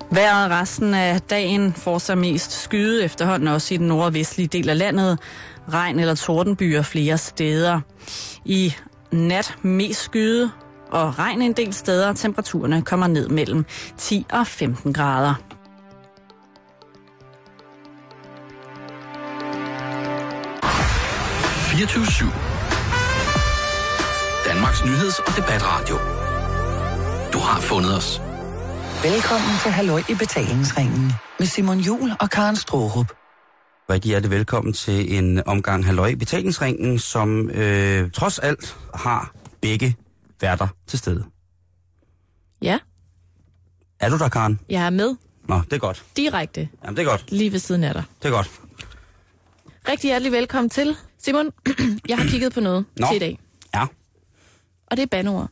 Vejret resten af dagen får sig mest skyde efterhånden også i den nordvestlige del af landet. Regn eller tordenbyer flere steder. I nat mest skyde og regn en del steder. Temperaturerne kommer ned mellem 10 og 15 grader. Danmarks nyheds- og debatradio. Du har fundet os. Velkommen til Halløj i betalingsringen med Simon Juhl og Karen Straarup. Rigtig hjertelig velkommen til en omgang Halløj i betalingsringen, som trods alt har begge værter til stede. Ja. Er du der, Karen? Jeg er med. Nå, det er godt. Direkte. Jamen, det er godt. Lige ved siden af dig. Det er godt. Rigtig hjertelig velkommen til. Simon, jeg har kigget på noget til i dag. Ja. Og det er bandeord.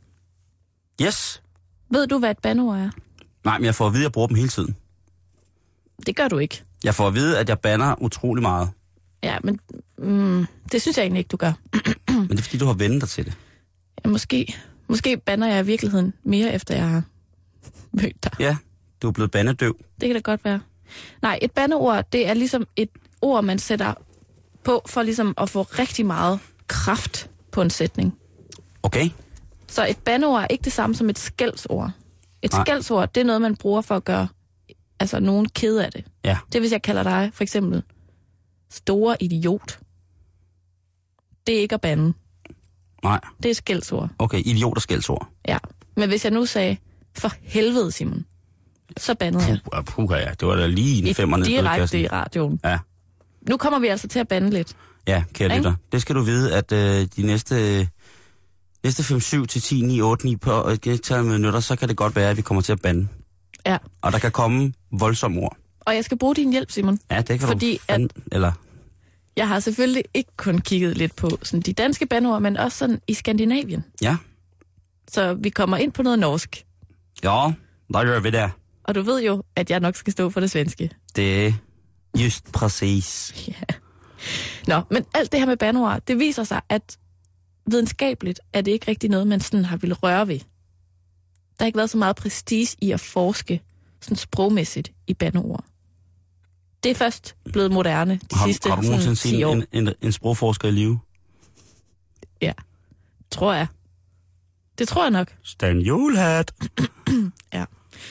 Yes. Ved du, hvad et bandeord er? Nej, men jeg får at vide, at jeg bruger dem hele tiden. Det gør du ikke. Jeg får at vide, at jeg bander utrolig meget. Ja, men det synes jeg egentlig ikke, du gør. Men det er, fordi du har vendt dig til det. Ja, måske bander jeg i virkeligheden mere, efter jeg har mødt dig. Ja, du er blevet bandedøv. Det kan da godt være. Nej, et bandeord, det er ligesom et ord, man sætter på for ligesom at få rigtig meget kraft på en sætning. Okay. Så et bandeord er ikke det samme som et skældsord. Et skældsord, det er noget, man bruger for at gøre nogen kede af det. Ja. Det hvis jeg kalder dig for eksempel store idiot. Det er ikke at bande. Nej. Det er skældsord. Okay, idiot og skældsord. Ja. Men hvis jeg nu sagde, for helvede, Simon, så bandede jeg. Puha, ja. Det var da lige en femmer ned på direkte i radioen. Ja. Nu kommer vi altså til at bande lidt. Ja, kære lytter. Det skal du vide, at de næste 5, 7 til 10, 9, 8, 9 på minutter, så kan det godt være, at vi kommer til at bande. Ja. Og der kan komme voldsomme ord. Og jeg skal bruge din hjælp, Simon. Ja, det kan fordi eller... Jeg har selvfølgelig ikke kun kigget lidt på sådan de danske bandeord, men også sådan i Skandinavien. Ja. Så vi kommer ind på noget norsk. Ja, der gør vi det. Og du ved jo, at jeg nok skal stå for det svenske. Det er just præcis. Ja. Nå, men alt det her med bandeord, det viser sig, at videnskabeligt er det ikke rigtig noget, man sådan har ville røre ved. Der har ikke været så meget prestige i at forske sådan sprogmæssigt i bandeord. Det er først blevet moderne de sidste har du nogensinde 10 år. en sprogforsker i live? Ja, tror jeg. Det tror jeg nok. Stan Julhat. Ja.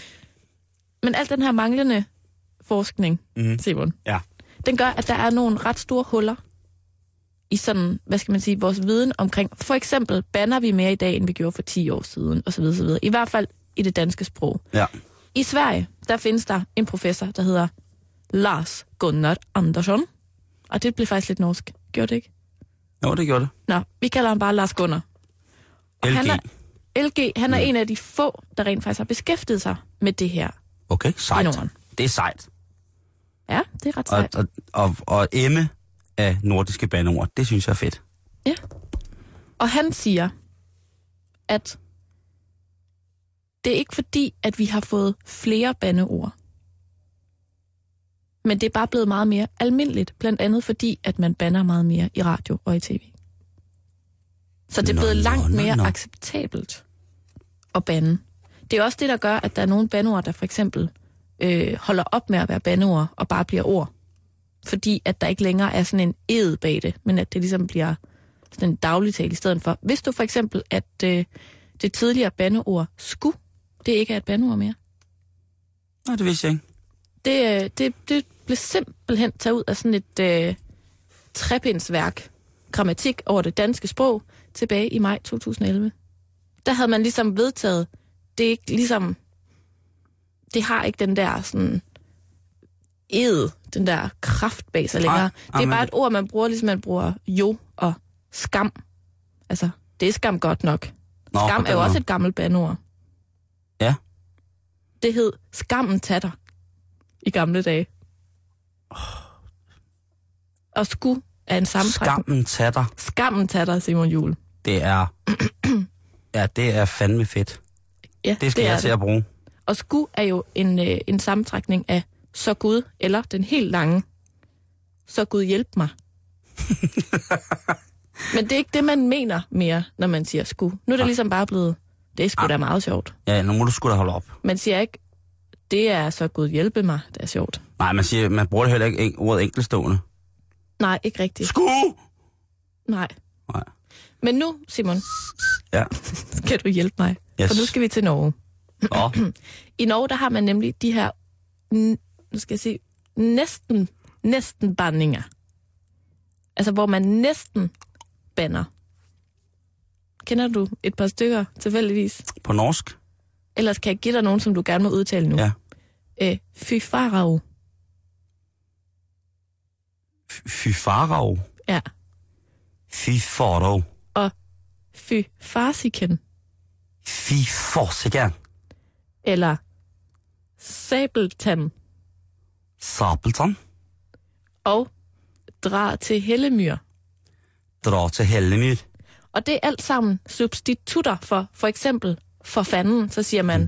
Men alt den her manglende forskning, Simon, ja. den gør, at der er nogle ret store huller i sådan, hvad skal man sige, vores viden omkring. For eksempel bander vi mere i dag, end vi gjorde for 10 år siden, osv. osv. I hvert fald i det danske sprog. Ja. I Sverige, der findes der en professor, der hedder Lars Gunnar Andersson. Og det blev faktisk lidt norsk. Gjorde det ikke? Jo, det gjorde det. Nå, vi kalder ham bare Lars Gunnar. LG, han er en af de få, der rent faktisk har beskæftiget sig med det her. Okay, sejt. Det er sejt. Ja, det er ret sejt. Og emme af nordiske bandeord, det synes jeg er fedt. Ja. Og han siger, at det er ikke fordi, at vi har fået flere bandeord. Men det er bare blevet meget mere almindeligt, blandt andet fordi, at man bander meget mere i radio og i tv. Så det er blevet langt mere acceptabelt at bande. Det er også det, der gør, at der er nogle bandeord, der for eksempel holder op med at være bandeord og bare bliver ord. Fordi at der ikke længere er sådan en ed bag det, men at det ligesom bliver sådan en dagligtale i stedet for. Hvis du for eksempel, at det tidligere bandeord sku, det ikke er et bandeord mere. Nej, det vidste jeg ikke. Det blev simpelthen taget ud af sådan et trepindsværk, grammatik over det danske sprog, tilbage i maj 2011. Der havde man ligesom vedtaget, det er ikke ligesom, det har ikke den der sådan den der kraft bag sig længere. Det er bare et ord, man bruger, ligesom man bruger jo og skam. Altså, det er skam godt nok. Skam er jo også et gammelt bandeord. Ja. Det hed skammen tatter i gamle dage. Og sku er en sammentrækning. Skammen tatter. Skammen tatter, Simon Juhl. Det er... ja, det er fandme fedt. Ja, det skal jeg til at bruge. Og sku er jo en sammentrækning af så Gud, eller den helt lange, så Gud hjælp mig. Men det er ikke det, man mener mere, når man siger sku. Nu er det ligesom bare blevet, det er sgu da meget sjovt. Ja, nu må du sgu da holde op. Man siger ikke, Det er så Gud hjælpe mig. Det er sjovt. Nej, man bruger heller ikke ordet enkeltstående. Nej, ikke rigtigt. Sku! Nej. Nej. Men nu, Simon, ja. skal du hjælpe mig. Yes. For nu skal vi til Norge. Oh. I Norge, der har man nemlig de her, nu skal jeg sige, næsten banninger. Altså, hvor man næsten banner. Kender du et par stykker tilfældigvis? På norsk? Ellers kan jeg give dig nogen, som du gerne må udtale nu. Ja. Fy farao. Fy farao? Ja. Fy farao. Og fy farsiken. Fy farsiken. Eller sabeltand. Sabeltand. Og dra til hellemyr. Dra til hellemyr. Og det er alt sammen substitutter for eksempel for fanden, så siger man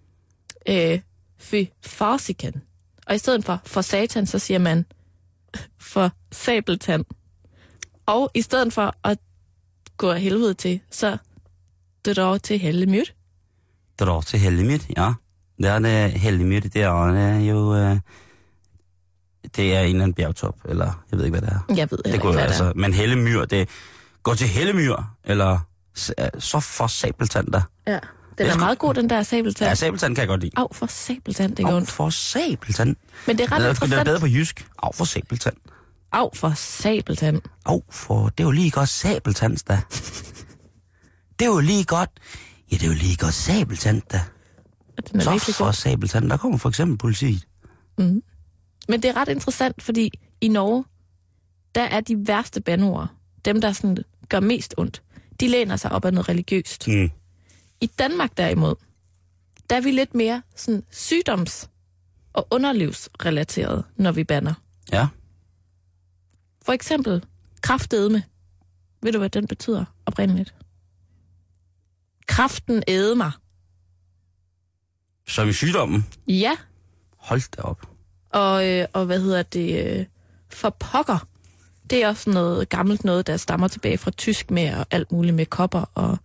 fy farsiken. Og i stedet for satan, så siger man for sabeltand. Og i stedet for at gå af helvede til, så dra til hellemyr. Dra til hellemyr, ja. Det er det hellemyr, det er jo... det er en eller anden bjergtop, eller jeg ved ikke, hvad det er. Jeg ved ikke, hvad det er. Men hellemyr, det går til hellemyr, eller så for sabeltand der. Ja, den er meget god, den der sabeltand. Ja, sabeltand kan jeg godt lide. Au for sabeltand, det er ondt. Au for sabeltand. Men det er ret interessant. Det er bedre på jysk. Au for sabeltand. Au for sabeltand. Au for, det er jo lige godt sabeltand, da. Det er jo lige godt. Ja, det er jo lige godt sabeltand, da. Så for sabeltand, der kommer for eksempel politiet. Mm. Men det er ret interessant, fordi i Norge, der er de værste bandeord, dem der sådan gør mest ondt, de læner sig op af noget religiøst. Mm. I Danmark derimod, der er vi lidt mere sådan sygdoms- og underlivsrelateret, når vi bander. Ja. For eksempel kraftedme. Ved du, hvad den betyder oprindeligt? Kraften æde mig. Som i sygdommen? Ja. Hold da op. Og hvad hedder det? For pokker. Det er også noget gammelt noget, der stammer tilbage fra tysk med og alt muligt med kopper og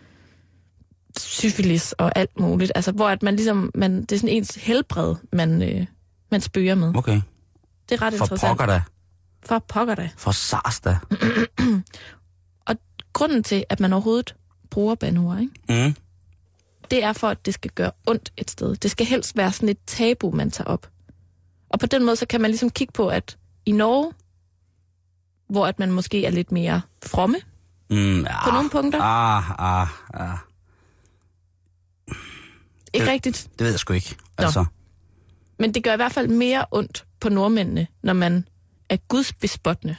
syfilis og alt muligt. Altså, hvor at man ligesom, det er sådan ens helbred, man spøger med. Okay. Det er ret for interessant. Pokker da. For pokker da. For SARS da. Og grunden til, at man overhovedet bruger bandeord, ikke? Mm. Det er for, at det skal gøre ondt et sted. Det skal helst være sådan et tabu, man tager op. Og på den måde, så kan man ligesom kigge på, at i Norge, hvor at man måske er lidt mere fromme på nogle punkter. Ikke rigtigt? Det ved jeg sgu ikke. Altså. Men det gør i hvert fald mere ondt på nordmændene, når man er gudsbespottende,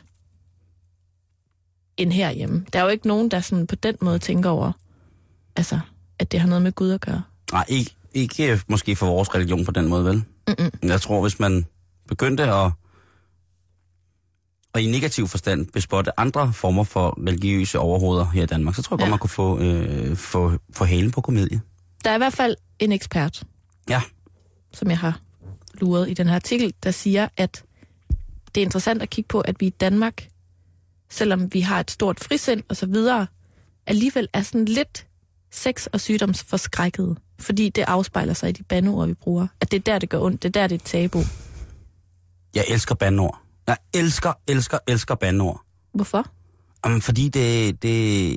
end herhjemme. Der er jo ikke nogen, der sådan på den måde tænker over, altså, at det har noget med Gud at gøre. Nej, ikke måske for vores religion på den måde, vel? Mm-mm. Jeg tror, hvis man begyndte at og i negativ forstand bespotte andre former for religiøse overhoveder her i Danmark, så tror jeg godt, man kunne få halen på komedie. Der er i hvert fald en ekspert, som jeg har luret i den her artikel, der siger, at det er interessant at kigge på, at vi i Danmark, selvom vi har et stort frisind og så videre, alligevel er sådan lidt sex- og sygdomsforskrækket, fordi det afspejler sig i de bandeord, vi bruger. At det er der, det gør ondt. Det er der, det er et tabu. Jeg elsker bandeord. Jeg elsker bandeord. Hvorfor? Fordi det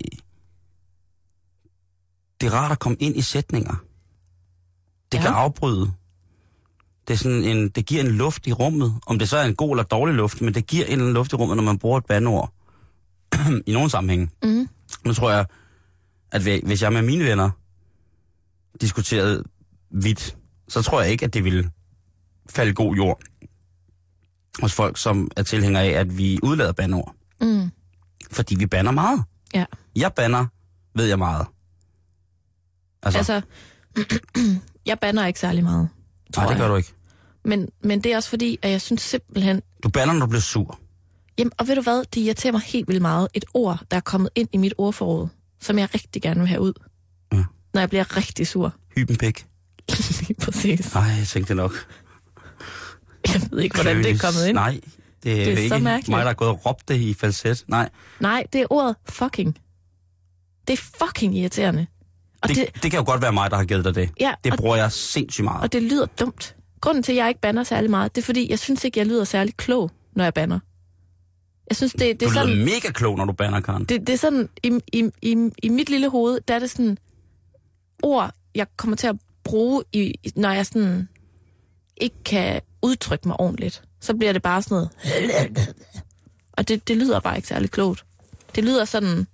er rart at komme ind i sætninger. Det kan afbryde. Det er sådan det giver en luft i rummet. Om det så er en god eller dårlig luft, men det giver en eller anden luft i rummet, når man bruger et bandeord. I nogle sammenhænge. Mm. Nu tror jeg, at hvis jeg med mine venner diskuterede vidt, så tror jeg ikke, at det ville falde god jord hos folk, som er tilhængere af, at vi udlader bandeord. Mm. Fordi vi bander meget. Ja. Jeg bander, ved jeg meget. Altså jeg bander ikke særlig meget. Nej, det gør du ikke. Men det er også fordi, at jeg synes simpelthen... Du bander, når du bliver sur. Jamen, og ved du hvad? Det irriterer mig helt vildt meget. Et ord, der er kommet ind i mit ordforråd, som jeg rigtig gerne vil have ud. Ja. Når jeg bliver rigtig sur. Hybenpæk. Lige præcis. Nej, jeg tænkte nok. Jeg ved ikke, hvordan det er kommet ind. Nej, det er ikke mig, der er gået og råbt det i falset. Nej, det er ordet fucking. Det er fucking irriterende. Det kan jo godt være mig, der har givet dig det. Ja, det bruger jeg sindssygt meget. Og det lyder dumt. Grunden til, at jeg ikke bander særlig meget, det er fordi, jeg synes ikke, jeg lyder særlig klog, når jeg bander. Jeg synes, det er sådan... Du lyder mega klog, når du bander, Karen. Det er sådan, i mit lille hoved, der er det sådan ord, jeg kommer til at bruge, når jeg sådan ikke kan udtrykke mig ordentligt. Så bliver det bare sådan noget... Og det lyder bare ikke særlig klogt. Det lyder sådan...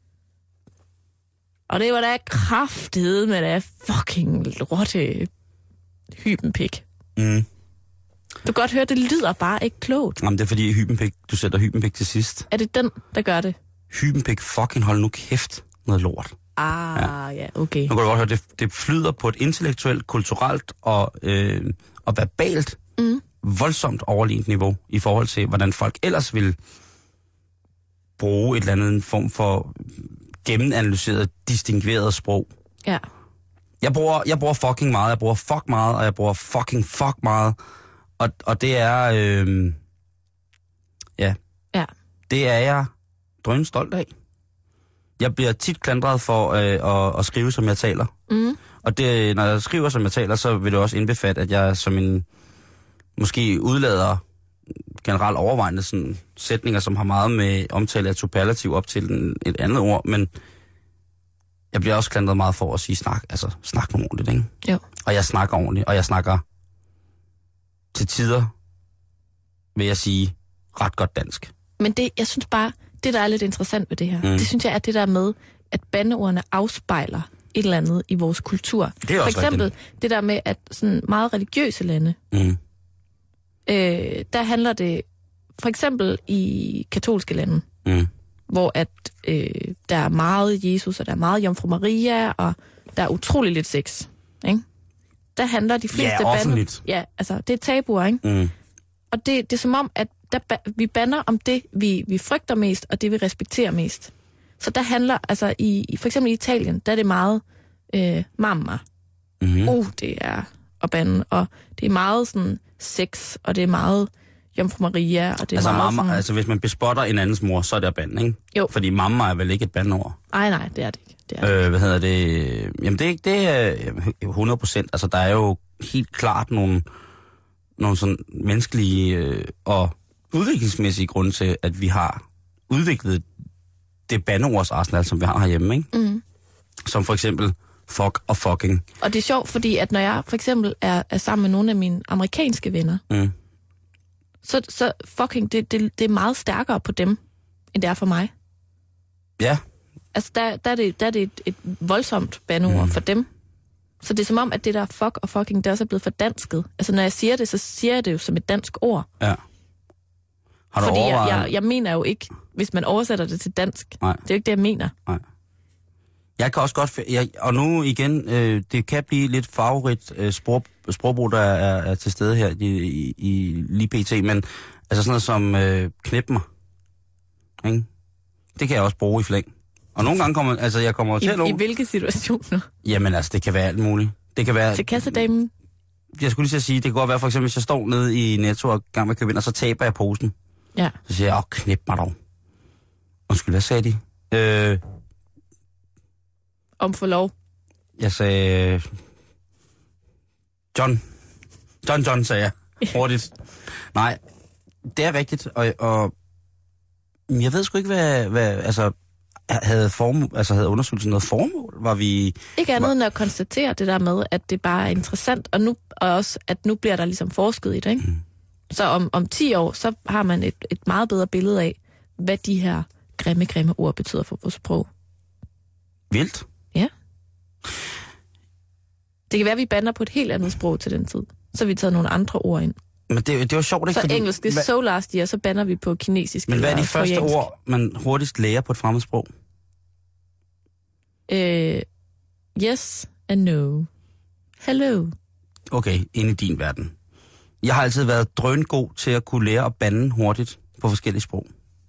Og det var da kraftede med det fucking rotte hybenpik. Mm. Du kan godt høre, det lyder bare ikke klogt. Jamen, det er fordi hybenpik, du sætter hybenpik til sidst. Er det den, der gør det? Hybenpik, fucking hold nu kæft, noget lort. Ja, okay. Nu kan du godt høre, det flyder på et intellektuelt, kulturelt og verbalt voldsomt overlignet niveau i forhold til, hvordan folk ellers vil bruge et eller andet form for gennemanalyseret, distingueret sprog. Ja. Jeg bruger fucking meget, jeg bruger fuck meget, og jeg bruger fucking fuck meget. Og det er... Ja. Det er jeg drøn stolt af. Jeg bliver tit klandret for at skrive, som jeg taler. Mm. Og det, når jeg skriver, som jeg taler, så vil det også indbefatte, at jeg som en... Måske udlader generelt overvejende sådan, sætninger, som har meget med omtale af superlativ op til et andet ord, men jeg bliver også klandret meget for at sige snak nu ordentligt, ikke? Jo. Og jeg snakker ordentligt, og jeg snakker til tider, vil jeg sige, ret godt dansk. Men jeg synes bare, det der er lidt interessant ved det her, det synes jeg er det der med, at bandeordene afspejler et eller andet i vores kultur. Det er også for eksempel rigtigt. Det der med, at sådan meget religiøse lande, der handler det for eksempel i katolske lande, hvor at der er meget Jesus, og der er meget Jomfru Maria, og der er utrolig lidt sex, ikke? Der handler de fleste offentligt. Ja, altså det er tabuer, ikke? Mm. Og det er som om, at vi bander om det, vi frygter mest, og det vi respekterer mest. Så der handler, altså for eksempel i Italien, der er det meget mamma. Mm-hmm. Det er at bande, og det er meget sådan sex, og det er meget Jomfru Maria, og det er altså meget mamma, sådan... altså hvis man bespotter en andens mor, så er det at bande, ikke? Jo. Fordi mamma er vel ikke et bandord? Nej, det er det ikke. Hvad hedder det? Jamen det er 100%. Altså der er jo helt klart nogle sådan menneskelige og udviklingsmæssige grunde til, at vi har udviklet det bandeordsarsenal, som vi har herhjemme, ikke? Mm. Som for eksempel fuck og fucking. Og det er sjovt, fordi at når jeg for eksempel er sammen med nogle af mine amerikanske venner, så fucking, det er meget stærkere på dem, end det er for mig. Ja. Altså, der er det et voldsomt bandeord for dem. Så det er som om, at det der fuck og fucking, der også er blevet fordansket. Altså, når jeg siger det, så siger jeg det jo som et dansk ord. Ja. Har du fordi jeg mener jo ikke, hvis man oversætter det til dansk. Nej. Det er jo ikke det, jeg mener. Nej. Jeg kan også godt... og nu igen, det kan blive lidt favorit sprogbrug, der er til stede her i lige pt. Men altså sådan noget som knep mig. Ikke? Det kan jeg også bruge i flæng. Og nogle gange kommer... Altså, jeg kommer til I hvilke situationer? Jamen altså, det kan være alt muligt. Det kan være... Til kassedamen? Jeg skulle lige sige, det kan godt være, for eksempel, hvis jeg står nede i Netto og gang med at købe ind, og så taber jeg posen. Ja. Så siger jeg, knep mig dog. Undskyld, hvad sagde de? Om for lov. Jeg sagde... John, sagde jeg. Hurtigt. Nej, det er rigtigt, og jeg ved sgu ikke, hvad altså, havde undersøgelsen noget formål? Var vi... Ikke andet end at konstatere det der med, at det bare er interessant, og også, at nu bliver der ligesom forsket i det, ikke? Så om 10 år, så har man et meget bedre billede af, hvad de her grimme ord betyder for vores sprog. Vildt. Ja. Det kan være, at vi bander på et helt andet sprog til den tid. Så har vi taget nogle andre ord ind. Men det var sjovt, ikke? Så fordi, engelsk, det er so last year, så bander vi på kinesisk. Men hvad er de første ord, man hurtigst lærer på et fremmedsprog? Yes and no. Hello. Okay, inde i din verden. Jeg har altid været drøngod til at kunne lære at bande hurtigt på forskellige sprog.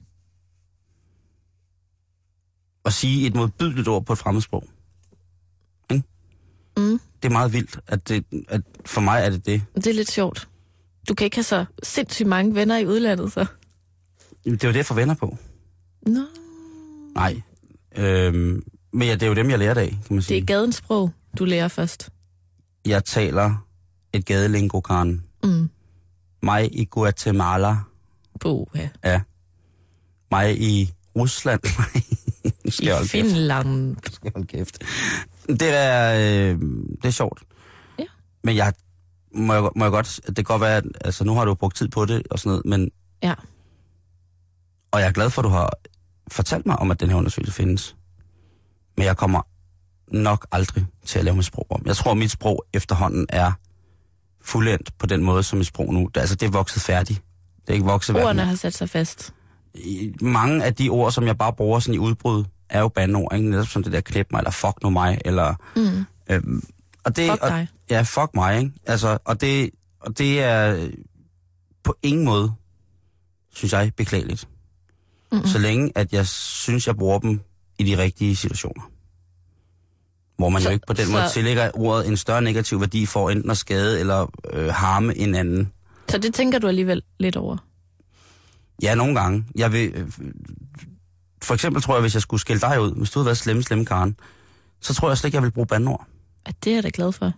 Og sige et modbydeligt ord på et fremmedsprog. Ikke? Mm. Det er meget vildt, at for mig er det det. Det er lidt sjovt. Du kan ikke have så sindssygt mange venner i udlandet, så. Det er jo det, jeg får venner på. Nå. Nej. Men ja, det er jo dem, jeg lærer af, kan man sige. Det er gadens sprog, du lærer først. Jeg taler et gadelingo, Karen. Mig i Guatemala. Boha. Ja. Mig i Rusland. I Finland. Skal jeg holde kæft. Det er sjovt. Ja. Men må jeg godt, det kan godt være, at altså, nu har du brugt tid på det og sådan noget, men... Ja. Og jeg er glad for, at du har fortalt mig om, at den her undersøgelse findes. Men jeg kommer nok aldrig til at lave mit sprog om. Jeg tror, at mit sprog efterhånden er fuldendt på den måde, som mit sprog nu... Det er vokset færdigt. Det er ikke vokset værd. Ordene har sat sig fast. Mange af de ord, som jeg bare bruger sådan i udbrud, er jo bandeord, ikke? Netop som det der knep mig, eller fuck nu mig, eller... og det, fuck dig. Ja, fuck mig, ikke? Altså, og det er på ingen måde, synes jeg, beklageligt. Så længe, at jeg synes, jeg bruger dem i de rigtige situationer. Hvor man jo ikke på den måde tillægger ordet en større negativ værdi for enten at skade eller harme en anden. Så det tænker du alligevel lidt over? Ja, nogle gange. Jeg vil... For eksempel tror jeg, hvis jeg skulle skælde dig ud, hvis du havde været slemme Karen, så tror jeg slet ikke, jeg vil bruge bandeord. Ja, det er jeg da glad for.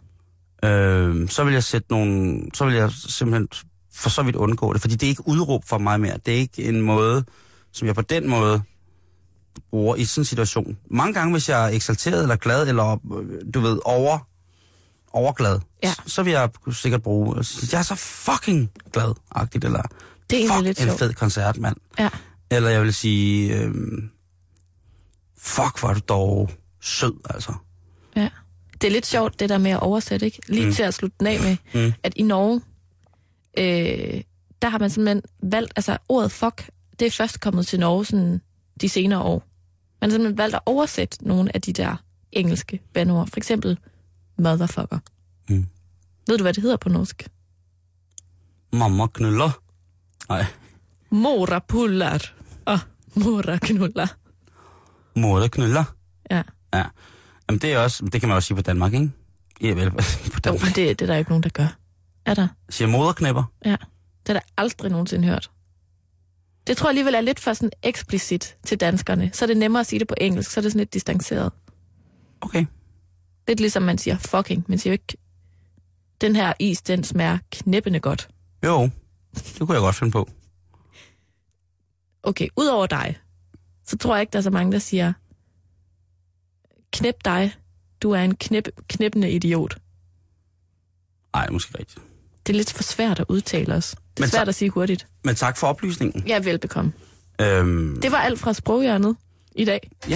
Så vil jeg så vil jeg simpelthen for så vidt undgå det, fordi det er ikke udråb for mig mere. Det er ikke en måde, som jeg på den måde bruger i sådan en situation. Mange gange, hvis jeg er eksalteret eller glad, eller du ved, overglad, så vil jeg sikkert bruge, jeg er så fucking glad-agtigt, eller det er fuck lidt en sjovt. fed koncert, mand. Ja. Eller jeg vil sige, fuck, hvor er du dog sød, altså. Ja. Det er lidt sjovt, det der med at oversætte, ikke? Lige til at slutte den af med, at i Norge, der har man simpelthen valgt, altså ordet fuck, det er først kommet til Norge sådan de senere år. Man har simpelthen valgt at oversætte nogle af de der engelske bandeord. For eksempel motherfucker. Ved du, hvad det hedder på norsk? Mamma knuller. Nej. Mora pullar. Mora knuller. Mora knuller. Ja. Ja. Jamen det kan man også sige på Danmark, ikke? Ja, vel, på Danmark. Jo, men det er der ikke nogen, der gør. Er der? Siger moderknæpper? Ja. Det har der aldrig nogensinde hørt. Det tror jeg alligevel er lidt for sådan eksplicit til danskerne. Så er det nemmere at sige det på engelsk, så er det sådan lidt distanceret. Okay. Lidt ligesom man siger fucking. Man siger jo ikke, den her is, den smager knæppende godt. Jo, det kunne jeg godt finde på. Okay, udover dig, så tror jeg ikke, der er så mange, der siger, knæp dig, du er en knæppende idiot. Nej, måske rigtigt. Det er lidt for svært at udtale os. Det er svært at sige hurtigt. Men tak for oplysningen. Ja, velbekomme. Det var alt fra sproghjørnet i dag. Ja.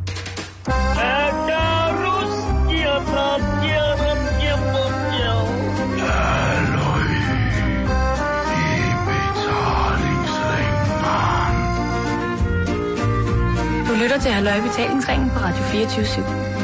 Du lytter til Halløj Betalingsringen på Radio 24/7.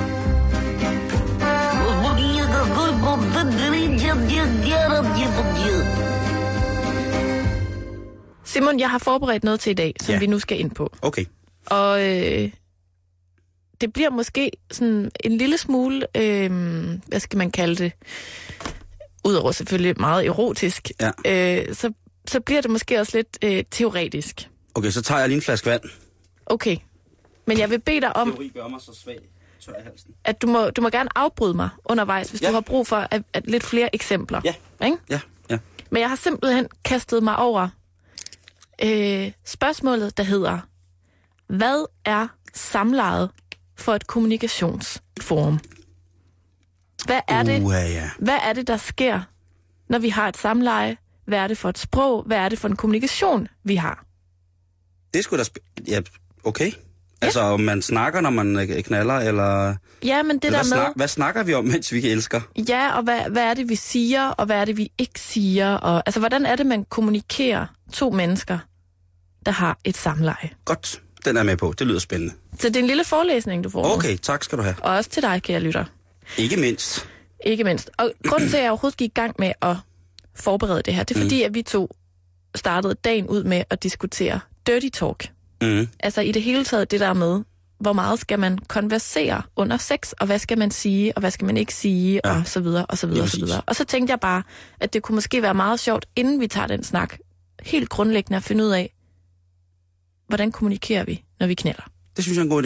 Simon, jeg har forberedt noget til i dag, som vi nu skal ind på. Okay. Og det bliver måske sådan en lille smule, hvad skal man kalde det, udover selvfølgelig meget erotisk, så bliver det måske også lidt teoretisk. Okay, så tager jeg lige en flaske vand. Okay, men jeg vil bede dig om, Teori gør mig så svag, tør i halsen. at du må gerne afbryde mig undervejs, hvis du har brug for at lidt flere eksempler. Ja. Ikke? Ja. Men jeg har simpelthen kastet mig over spørgsmålet, der hedder, hvad er samlejet for et kommunikationsforum? Hvad er det, der sker, når vi har et samleje? Hvad er det for et sprog? Hvad er det for en kommunikation, vi har? Det skulle da okay. Ja. Altså, om man snakker, når man knaller, eller... Ja, men det der med... Hvad snakker vi om, mens vi elsker? Ja, og hvad er det, vi siger, og hvad er det, vi ikke siger? Og, altså, hvordan er det, man kommunikerer to mennesker, der har et samleje? Godt, den er med på. Det lyder spændende. Så det er en lille forelæsning, du får. Okay, tak skal du have. Og også til dig, kære lytter. Ikke mindst. Ikke mindst. Og grunden til, at jeg overhovedet gik i gang med at forberede det her, det er fordi, at vi to startede dagen ud med at diskutere dirty talk. Altså i det hele taget det der med, hvor meget skal man konversere under sex, og hvad skal man sige, og hvad skal man ikke sige, og så videre, og så videre, og så videre. Og så tænkte jeg bare, at det kunne måske være meget sjovt, inden vi tager den snak, helt grundlæggende at finde ud af, hvordan kommunikerer vi, når vi knælder. Det synes jeg er en god idé.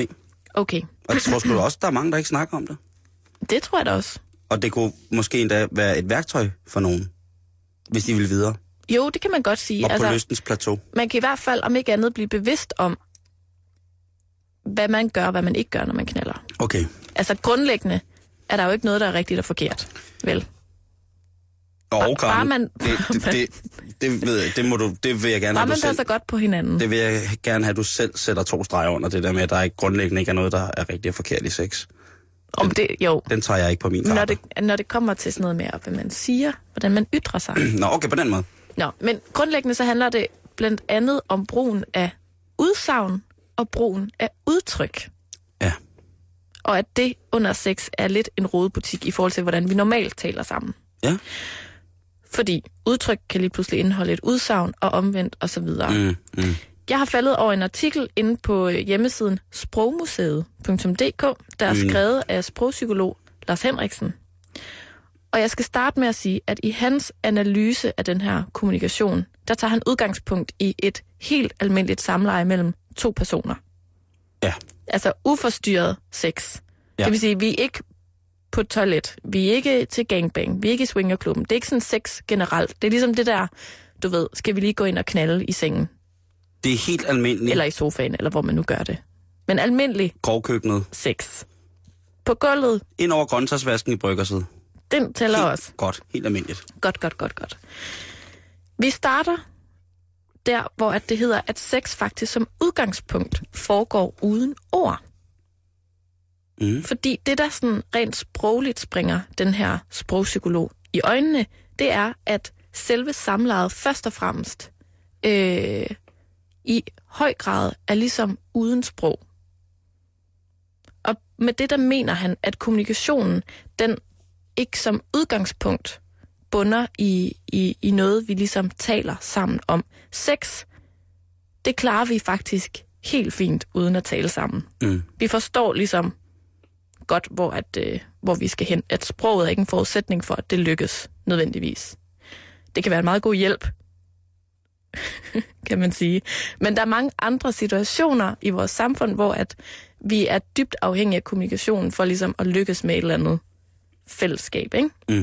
Okay. Og jeg tror sgu da også, der er mange, der ikke snakker om det. Det tror jeg da også. Og det kunne måske endda være et værktøj for nogen, hvis de vil videre. Jo, det kan man godt sige. Og på lystens plateau. Man kan i hvert fald, om ikke andet, blive bevidst om, hvad man gør, hvad man ikke gør, når man knalder. Okay. Altså grundlæggende er der jo ikke noget, der er rigtigt og forkert. Vel? Bare man... det ved jeg, det vil jeg gerne have, du man selv... passer godt på hinanden. Det vil jeg gerne have, du selv sætter 2 streger under det der med, at der ikke grundlæggende ikke er noget, der er rigtig og forkert i sex. Den tager jeg ikke på min kappe. Når det kommer til sådan noget med, hvad man siger, hvordan man ytrer sig. Nå, okay, på den måde. Nå, men grundlæggende så handler det blandt andet om brugen af udsagn og brugen af udtryk. Ja. Og at det under sex er lidt en rodebutik i forhold til, hvordan vi normalt taler sammen. Ja. Fordi udtryk kan lige pludselig indeholde et udsagn og omvendt osv. Jeg har faldet over en artikel inde på hjemmesiden sprogmuseet.dk, der er skrevet af sprogpsykolog Lars Henriksen. Og jeg skal starte med at sige, at i hans analyse af den her kommunikation, der tager han udgangspunkt i et helt almindeligt samleje mellem 2 personer. Ja. Altså uforstyrret sex. Ja. Det vil sige, vi er ikke på et toilet, vi er ikke til gangbang, vi er ikke i swingerklubben. Det er ikke sådan sex generelt. Det er ligesom det der, du ved, skal vi lige gå ind og knalde i sengen? Det er helt almindeligt. Eller i sofaen, eller hvor man nu gør det. Men almindelig grovkøkkenet. Sex. På gulvet. Ind over grøntsagsvasken i bryggerset. Den tæller helt også. Godt, helt almindeligt. Godt. Vi starter der, hvor at det hedder, at sex faktisk som udgangspunkt foregår uden ord. Fordi det, der sådan rent sprogligt springer den her sprogpsykolog i øjnene, det er, at selve samlejet først og fremmest i høj grad er ligesom uden sprog. Og med det, der mener han, at kommunikationen, den ikke som udgangspunkt bunder i noget, vi ligesom taler sammen om. Sex, det klarer vi faktisk helt fint, uden at tale sammen. Vi forstår ligesom godt, hvor vi skal hen. At sproget er ikke en forudsætning for, at det lykkes nødvendigvis. Det kan være en meget god hjælp, kan man sige. Men der er mange andre situationer i vores samfund, hvor at vi er dybt afhængige af kommunikationen for ligesom at lykkes med et eller andet fællesskab, ikke?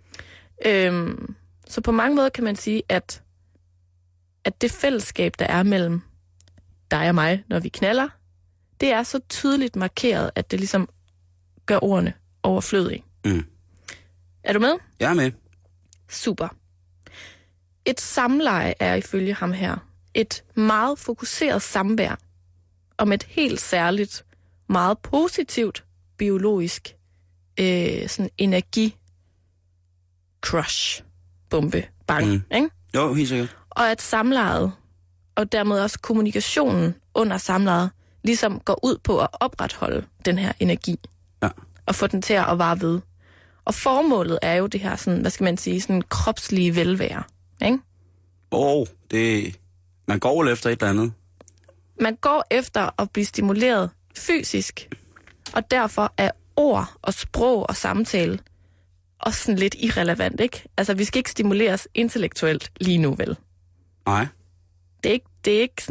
Så på mange måder kan man sige, at det fællesskab, der er mellem dig og mig, når vi knalder, det er så tydeligt markeret, at det ligesom gør ordene overflødige. Er du med? Jeg er med. Super. Et samleje er ifølge ham her et meget fokuseret samvær om et helt særligt, meget positivt biologisk sådan energi-crush, bombe, bang, ikke? Jo, helt sikkert. Og at samlejet, og dermed også kommunikationen under samlejet, ligesom går ud på at opretholde den her energi. Ja. Og få den til at vare ved. Og formålet er jo det her, sådan, hvad skal man sige, sådan kropslige velvære, ikke? Man går efter et eller andet. Man går efter at blive stimuleret fysisk, og derfor er ord og sprog og samtale også sådan lidt irrelevant, ikke? Altså, vi skal ikke stimuleres intellektuelt lige nu, vel? Nej. Det er ikke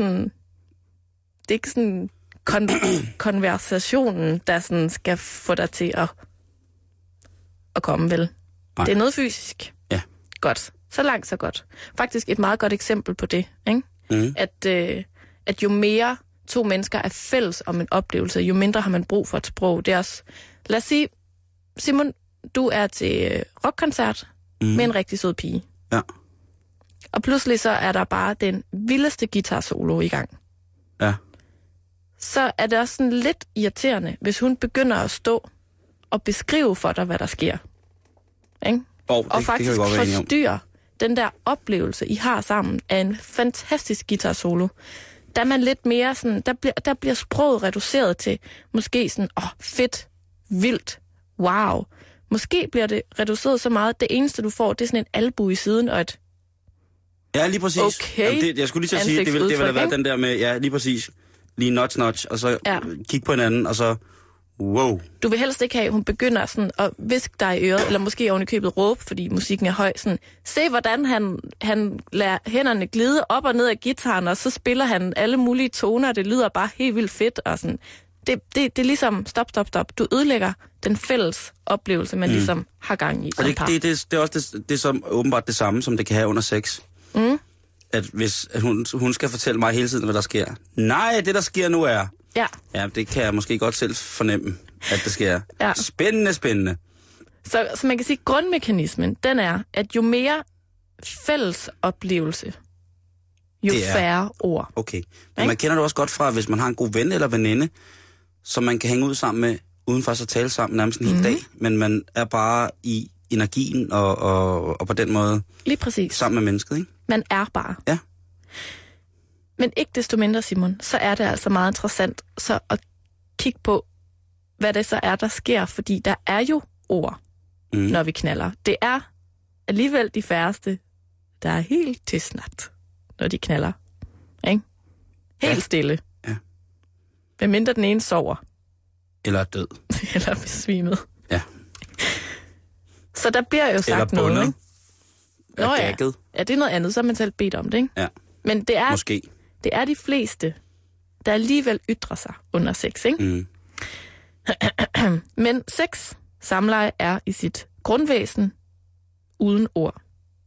sådan konversationen, der sådan skal få dig til at komme, vel? Nej. Det er noget fysisk. Ja. Godt. Så langt, så godt. Faktisk et meget godt eksempel på det, ikke? At jo mere 2 mennesker er fælles om en oplevelse, jo mindre har man brug for et sprog. Det er også... Lad os sige, Simon, du er til rockkoncert med en rigtig sød pige. Ja. Og pludselig så er der bare den vildeste guitar-solo i gang. Ja. Så er det også sådan lidt irriterende, hvis hun begynder at stå og beskrive for dig, hvad der sker. Ikke? Og faktisk forstyrre den der oplevelse, I har sammen, af en fantastisk guitar-solo. Der er man lidt mere sådan, der bliver sproget reduceret til måske sådan, fedt, vildt, wow. Måske bliver det reduceret så meget, det eneste du får, det er sådan en albu i siden og et... Ja, lige præcis. Okay. Jamen, jeg skulle lige til at sige, det ville have været den der med, ja, lige præcis, lige notch, og så kigge på hinanden, og så, wow. Du vil helst ikke have, at hun begynder sådan at viske dig i øret, eller måske oven i købet råbe, fordi musikken er høj, sådan, se hvordan han lader hænderne glide op og ned af gitaren, og så spiller han alle mulige toner, det lyder bare helt vildt fedt, og sådan, Det er ligesom, stop. Du ødelægger den fælles oplevelse, man ligesom har gang i som par. Det er også det som åbenbart det samme, som det kan have under sex. At hvis hun skal fortælle mig hele tiden, hvad der sker. Nej, det der sker nu er... Ja, det kan jeg måske godt selv fornemme, at det sker. Ja. Spændende. Så man kan sige, at grundmekanismen, den er, at jo mere fælles oplevelse, jo færre ord. Okay. Men man kender det også godt fra, hvis man har en god ven eller veninde, som man kan hænge ud sammen med, uden faktisk at tale sammen nærmest en hel dag. Men man er bare i energien og på den måde... Lige præcis. Sammen med mennesket, ikke? Man er bare. Ja. Men ikke desto mindre, Simon, så er det altså meget interessant så at kigge på, hvad det så er, der sker. Fordi der er jo ord, når vi knaller. Det er alligevel de færreste, der er helt tilsnat, når de knaller. Ikke? Helt stille. Ja. Hvem mindre den ene sover. Eller er død. Eller besvimet. Ja. Så der bliver jo sagt noget. Eller bundet. Nå ja. Ja, det er noget andet, så har man selv bedt om det, ikke? Ja. Men det er, måske. Det er de fleste, der alligevel ytrer sig under sex, ikke? Men sex, samleje, er i sit grundvæsen uden ord.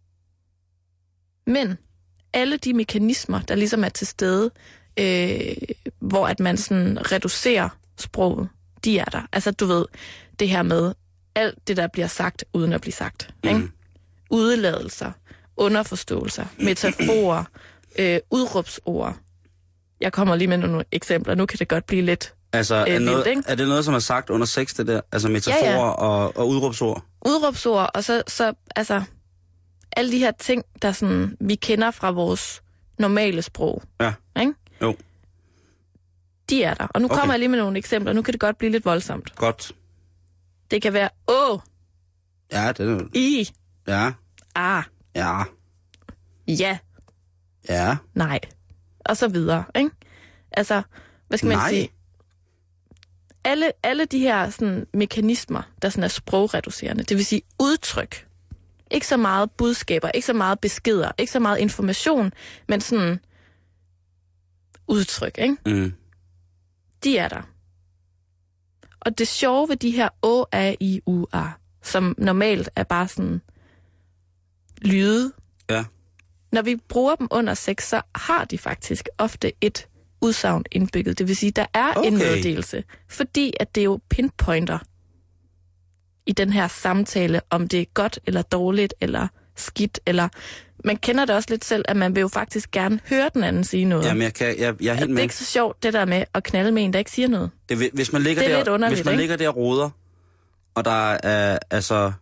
Men alle de mekanismer, der ligesom er til stede, hvor at man sådan reducerer sproget, de er der. Altså, du ved, det her med alt det, der bliver sagt, uden at blive sagt. Ikke? Udeladelser, underforståelser, metaforer, udråbsord. Jeg kommer lige med nogle eksempler. Nu kan det godt blive lidt altså, er det noget, som er sagt under sex, det der? Altså metaforer og udråbsord? Udråbsord, og så altså, alle de her ting, der sådan, vi kender fra vores normale sprog. Ja. Ikke? Jo. De er der. Og nu kommer jeg lige med nogle eksempler. Nu kan det godt blive lidt voldsomt. Godt. Det kan være Ja, det er i. Ja. Ah. Ja. Ja. Ja. Nej. Og så videre, ikke? Altså, hvad skal man sige? Alle de her sådan, mekanismer, der sådan er sprogreducerende, det vil sige udtryk. Ikke så meget budskaber, ikke så meget beskeder, ikke så meget information, men sådan udtryk, ikke? De er der. Og det sjove ved de her Å, A, I, U, A, som normalt er bare sådan lyde. Ja. Når vi bruger dem under sex, så har de faktisk ofte et udsagn indbygget. Det vil sige, der er en meddelelse, fordi at det jo pinpointer i den her samtale, om det er godt eller dårligt eller skidt, eller man kender det også lidt selv, at man vil jo faktisk gerne høre den anden sige noget. Jamen, jeg er helt med. Det er ikke så sjovt, det der med at knalde med en, der ikke siger noget. Hvis man ligger det er der, lidt underligt, hvis man ligger der og roder, og der er altså...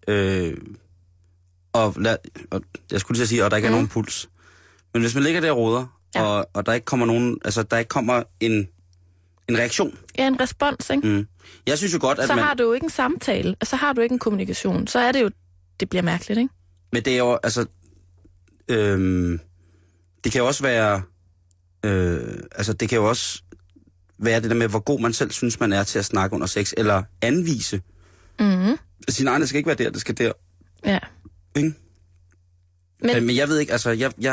og jeg skulle lige sige, og der ikke er nogen puls. Men hvis man ligger der og roder, og der ikke kommer nogen... Altså, der ikke kommer en reaktion. Ja, en respons, ikke? Jeg synes jo godt, at så har du jo ikke en samtale, og så har du ikke en kommunikation. Så er det jo... Det bliver mærkeligt, ikke? Men det er jo, altså... det kan jo også være... altså, det kan jo også være det der med, hvor god man selv synes, man er til at snakke under sex, eller anvise. Sige, nej, det skal ikke være der, det skal der. Ja. Ikke? Men jeg ved ikke, altså,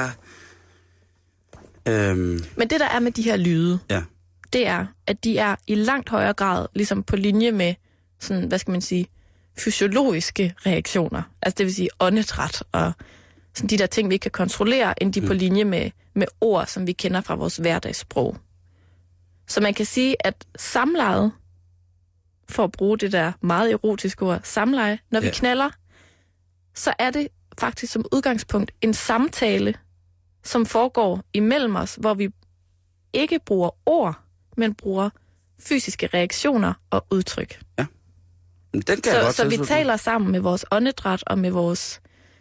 Men det, der er med de her lyde, det er, at de er i langt højere grad ligesom på linje med sådan, hvad skal man sige, fysiologiske reaktioner. Altså det vil sige åndedræt og sådan de der ting, vi ikke kan kontrollere, end de på linje med ord, som vi kender fra vores hverdagssprog. Så man kan sige, at samlejet, for at bruge det der meget erotiske ord, samleje, når vi knaller, så er det faktisk som udgangspunkt en samtale, som foregår imellem os, hvor vi ikke bruger ord, men bruger fysiske reaktioner og udtryk. Ja. Den kan så vi taler sammen med vores åndedræt og med vores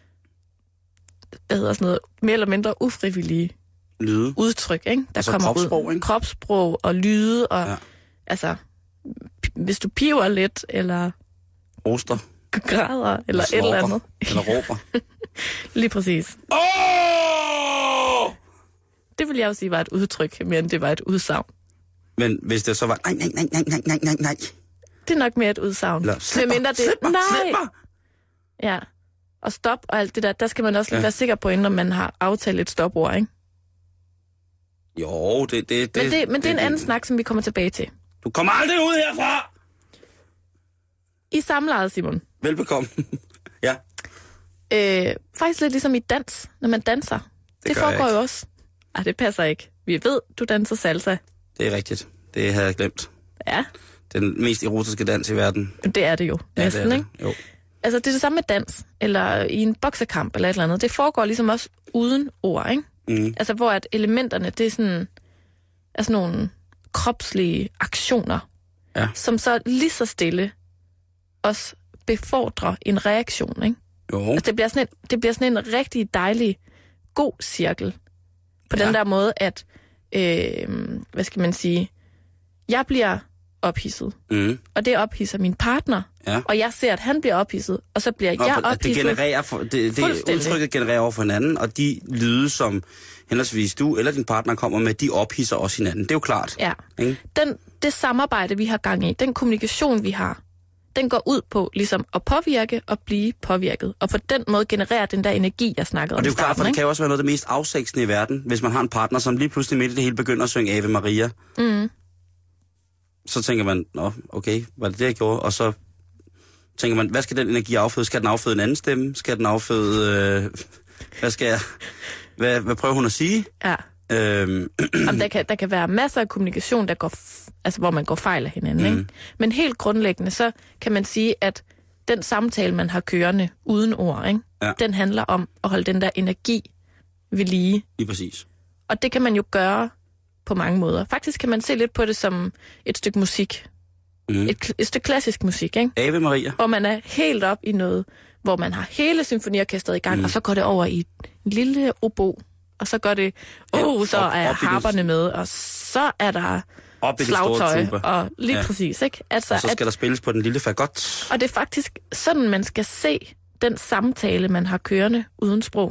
mere eller mindre ufrivillige lyde. Udtryk, ikke? Der altså kommer kropssprog, ud. Ikke? Kropssprog og lyde og altså hvis du piver lidt eller roster, græder eller et eller andet. Eller råber. Lige præcis. Det vil jeg jo sige var et udtryk, mere end det var et udsagn. Men hvis det så var nej. Det er nok mere et udsagn. Slip mig. Ja. Og stop og alt det der skal man også lige være sikker på, inden man har aftalt et stopord, ikke? Jo, Men det er en anden snak, som vi kommer tilbage til. Du kommer aldrig ud herfra! I samlejet, Simon. Velbekomme. Ja. Faktisk lidt ligesom i dans, når man danser. Det foregår jo også. Ej, det passer ikke. Vi ved, du danser salsa. Det er rigtigt. Det havde jeg glemt. Ja. Den mest erotiske dans i verden. Det er det jo. Næsten, det er ikke? det. Jo. Altså, det er det samme med dans, eller i en boksekamp, eller et eller andet. Det foregår ligesom også uden ord, ikke? Mm. Altså, hvor at elementerne, det er sådan nogle kropslige aktioner, som så lige så stille også befordrer en reaktion, ikke? Jo. Altså, det bliver sådan en rigtig dejlig, god cirkel. På den der måde, at, hvad skal man sige, jeg bliver ophidset, og det ophidser min partner, og jeg ser, at han bliver ophidset, og så bliver jeg ophidset. Det udtrykket genererer over for hinanden, og de lyde, som henholdsvis du eller din partner kommer med, de ophidser også hinanden. Det er jo klart. Ja. Ikke? Det samarbejde, vi har gang i, den kommunikation, vi har, den går ud på ligesom at påvirke og blive påvirket. Og på den måde genererer den der energi, jeg snakkede om. Og det er jo klart, for det kan jo også være noget af det mest afsægtsende i verden, hvis man har en partner, som lige pludselig midt i det hele begynder at synge Ave Maria. Mm. Så tænker man, nå, okay, var det jeg gjorde? Og så tænker man, hvad skal den energi afføde? Skal den afføde en anden stemme? Skal den afføde... Hvad prøver hun at sige? Ja. Der kan være masser af kommunikation, der går, hvor man går fejl af hinanden. Ikke? Men helt grundlæggende, så kan man sige, at den samtale, man har kørende uden ord, ikke? Ja. Den handler om at holde den der energi ved lige. Lige præcis. Og det kan man jo gøre på mange måder. Faktisk kan man se lidt på det som et stykke musik. Et stykke klassisk musik, ikke? Ave Maria. Hvor man er helt op i noget, hvor man har hele symfoniorkestret i gang, og så går det over i en lille obo. Og så går det, så er harperne med, og så er der slagtøj, og lige præcis, ikke? Altså, og så skal der spilles på den lille fagot. Og det er faktisk sådan, man skal se den samtale, man har kørende uden sprog.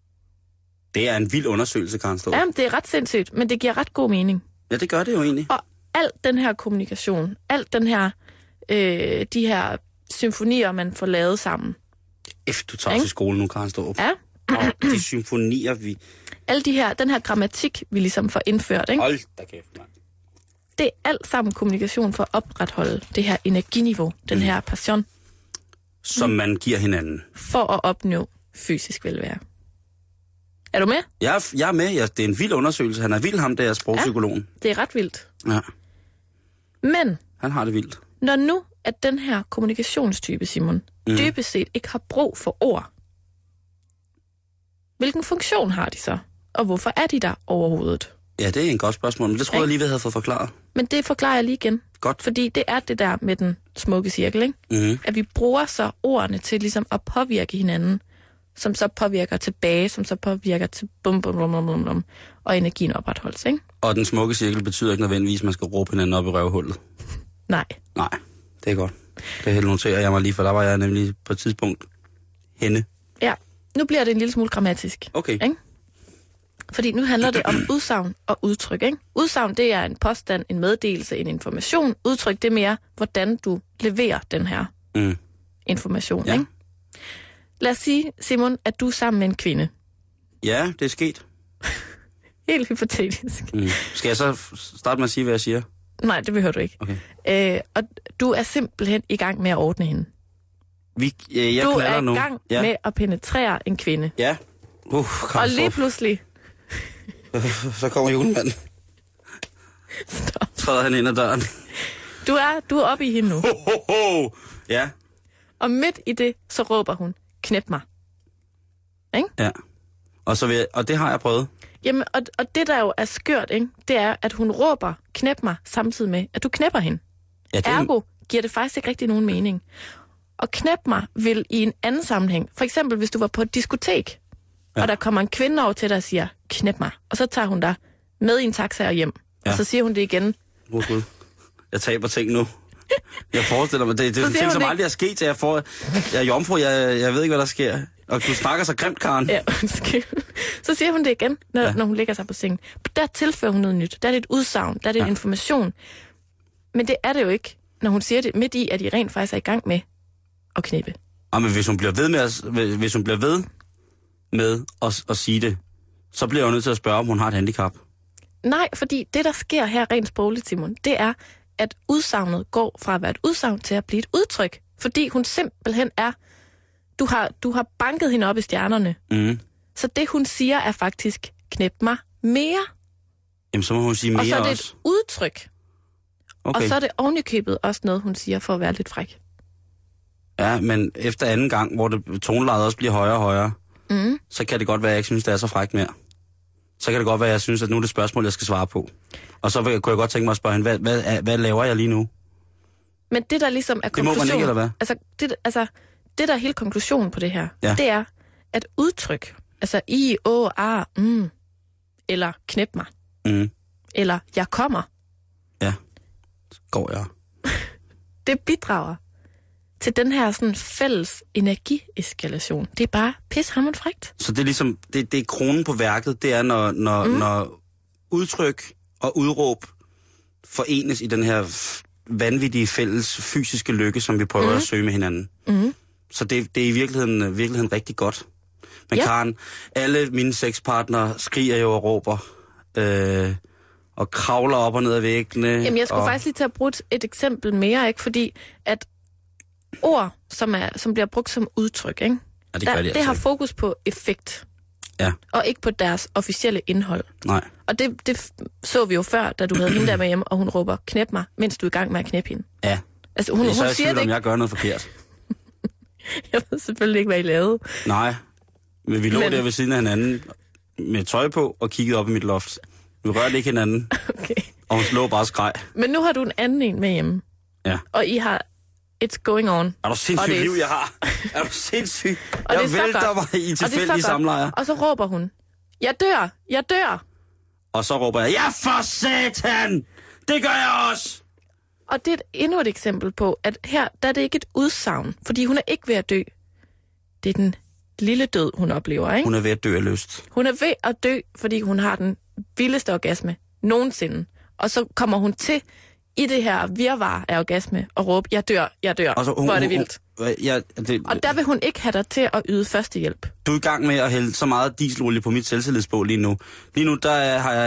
Det er en vild undersøgelse, Karen Stå. Jamen, det er ret sindssygt, men det giver ret god mening. Ja, det gør det jo egentlig. Og al den her kommunikation, alt den her, de her symfonier, man får lavet sammen. Du tager til skole nu, Karen Stå. Ja. Og de symfonier, vi... Alle den her grammatik, vi ligesom får indført, ikke? Hold da kæft, mand. Det er alt sammen kommunikation for at opretholde det her energiniveau, den her passion. Som man giver hinanden. For at opnå fysisk velvære. Er du med? Jeg er med. Det er en vild undersøgelse. Han er vild, ham der sprogpsykologen. Ja, det er ret vildt. Ja. Men... Han har det vildt. Når nu, at den her kommunikationstype, Simon, dybest set ikke har brug for ord, hvilken funktion har de så? Og hvorfor er de der overhovedet? Ja, det er en godt spørgsmål, men det tror jeg lige, vi havde fået forklaret. Men det forklarer jeg lige igen. Godt. Fordi det er det der med den smukke cirkel, ikke? Mm-hmm. At vi bruger så ordene til ligesom at påvirke hinanden, som så påvirker tilbage, som så påvirker til bum, bum, bum, bum, bum, og energien opretholdes, ikke? Og den smukke cirkel betyder ikke nødvendigvis, at man skal råbe hinanden op i røvhullet. Nej. Nej, det er godt. Det helt noterer jeg mig lige, for der var jeg nemlig på et tidspunkt henne. Ja, nu bliver det en lille smule grammatisk. Okay. Ikke? Fordi nu handler det om udsagn og udtryk, ikke? Udsagn, det er en påstand, en meddelelse, en information. Udtryk, det er mere, hvordan du leverer den her information, ikke? Lad os sige, Simon, at du er sammen med en kvinde. Ja, det er sket. Helt hypotetisk. Skal jeg så starte med at sige, hvad jeg siger? Nej, det behøver du ikke. Okay. Og du er simpelthen i gang med at ordne hende. Jeg du er i gang med at penetrere en kvinde. Ja. Og lige pludselig... Så kommer julemanden. Træder han ind ad døren. Du er oppe i hende nu. Ja. Og midt i det, så råber hun, knep mig. Ikke? Ja. Og det har jeg prøvet. Jamen, og det der jo er skørt, ikke? Det er, at hun råber, knep mig, samtidig med, at du knæpper hende. Ja, ergo giver det faktisk ikke rigtig nogen mening. Og knep mig vil i en anden sammenhæng. For eksempel, hvis du var på et diskotek, og der kommer en kvinde over til dig og siger, knep mig. Og så tager hun dig med i en taxa og hjem. Ja. Og så siger hun det igen. Gud. Jeg taber ting nu. Jeg forestiller mig, det er en ting, som aldrig er sket. Jeg er jomfru, jeg ved ikke, hvad der sker. Og du snakker så grimt, Karen. Ja, så siger hun det igen, når hun lægger sig på sengen. Der tilfører hun noget nyt. Der er det et udsagn, der er det en information. Men det er det jo ikke, når hun siger det midt i, at I rent faktisk er i gang med at knæppe. Ja, men hvis hun bliver ved med at sige det, så bliver jeg nødt til at spørge, om hun har et handicap. Nej, fordi det, der sker her rent sprogligt, Simon, det er, at udsagnet går fra at være et udsagn til at blive et udtryk. Fordi hun simpelthen er... Du har banket hende op i stjernerne. Mm. Så det, hun siger, er faktisk, knæp mig mere. Jamen, så må hun sige mere også. Og så er det et udtryk. Okay. Og så er det ovenikøbet også noget, hun siger for at være lidt fræk. Ja, men efter anden gang, hvor tonelejet også bliver højere og højere, så kan det godt være, at jeg ikke synes, det er så frækt mere. Så kan det godt være, at jeg synes, at nu er det spørgsmål, jeg skal svare på. Og så kunne jeg godt tænke mig at spørge hende, hvad laver jeg lige nu? Men det, der ligesom er konklusionen... Det må man ikke, eller hvad? Det der er hele konklusionen på det her, ja. Det er, at udtryk, altså eller knæp mig, eller jeg kommer. Ja, så går jeg. Det bidrager til den her sådan fælles energieskalation. Det er bare pishammerende frækt. Så det er ligesom, det er kronen på værket, det er, når udtryk og udråb forenes i den her vanvittige fælles fysiske lykke, som vi prøver at søge med hinanden. Så det er i virkeligheden rigtig godt. Men Karen, alle mine sexpartnere skriger jo og råber, og kravler op og ned ad væggene. Jamen, jeg skulle faktisk lige til at bruge et eksempel mere, ikke? Fordi at ord, som bliver brugt som udtryk, ikke? Ja, det har fokus på effekt. Ja. Og ikke på deres officielle indhold. Nej. Og det så vi jo før, da du havde hende der med hjemme, og hun råber, knæp mig, mens du er i gang med at knæppe hende. Ja. Altså, hun så er jeg siger det om jeg gør noget forkert. Jeg ved selvfølgelig ikke, hvad I lavede. Nej, men vi lå der ved siden af hinanden med tøj på og kiggede op i mit loft. Vi rørte ikke hinanden, okay. Og hun slog bare skreg. Men nu har du en anden en med hjemme. Ja. Og I har it's going on. Er du sindssygt liv, jeg har? Er du sindssygt? Jeg vælter mig i tilfældige samlejer. Og så råber hun, jeg dør, jeg dør. Og så råber jeg, ja for satan! Det gør jeg også! Og det er endnu et eksempel på, at her der er det ikke et udsagn, fordi hun er ikke ved at dø. Det er den lille død, hun oplever, ikke? Hun er ved at dø af lyst. Hun er ved at dø, fordi hun har den vildeste orgasme nogensinde. Og så kommer hun til i det her virvar af orgasme og råbe, jeg dør, jeg dør. Hvor er det vildt. Og der vil hun ikke have dig til at yde førstehjælp. Du er i gang med at hælde så meget dieselolie på mit selvtillidsbål lige nu. Lige nu, der har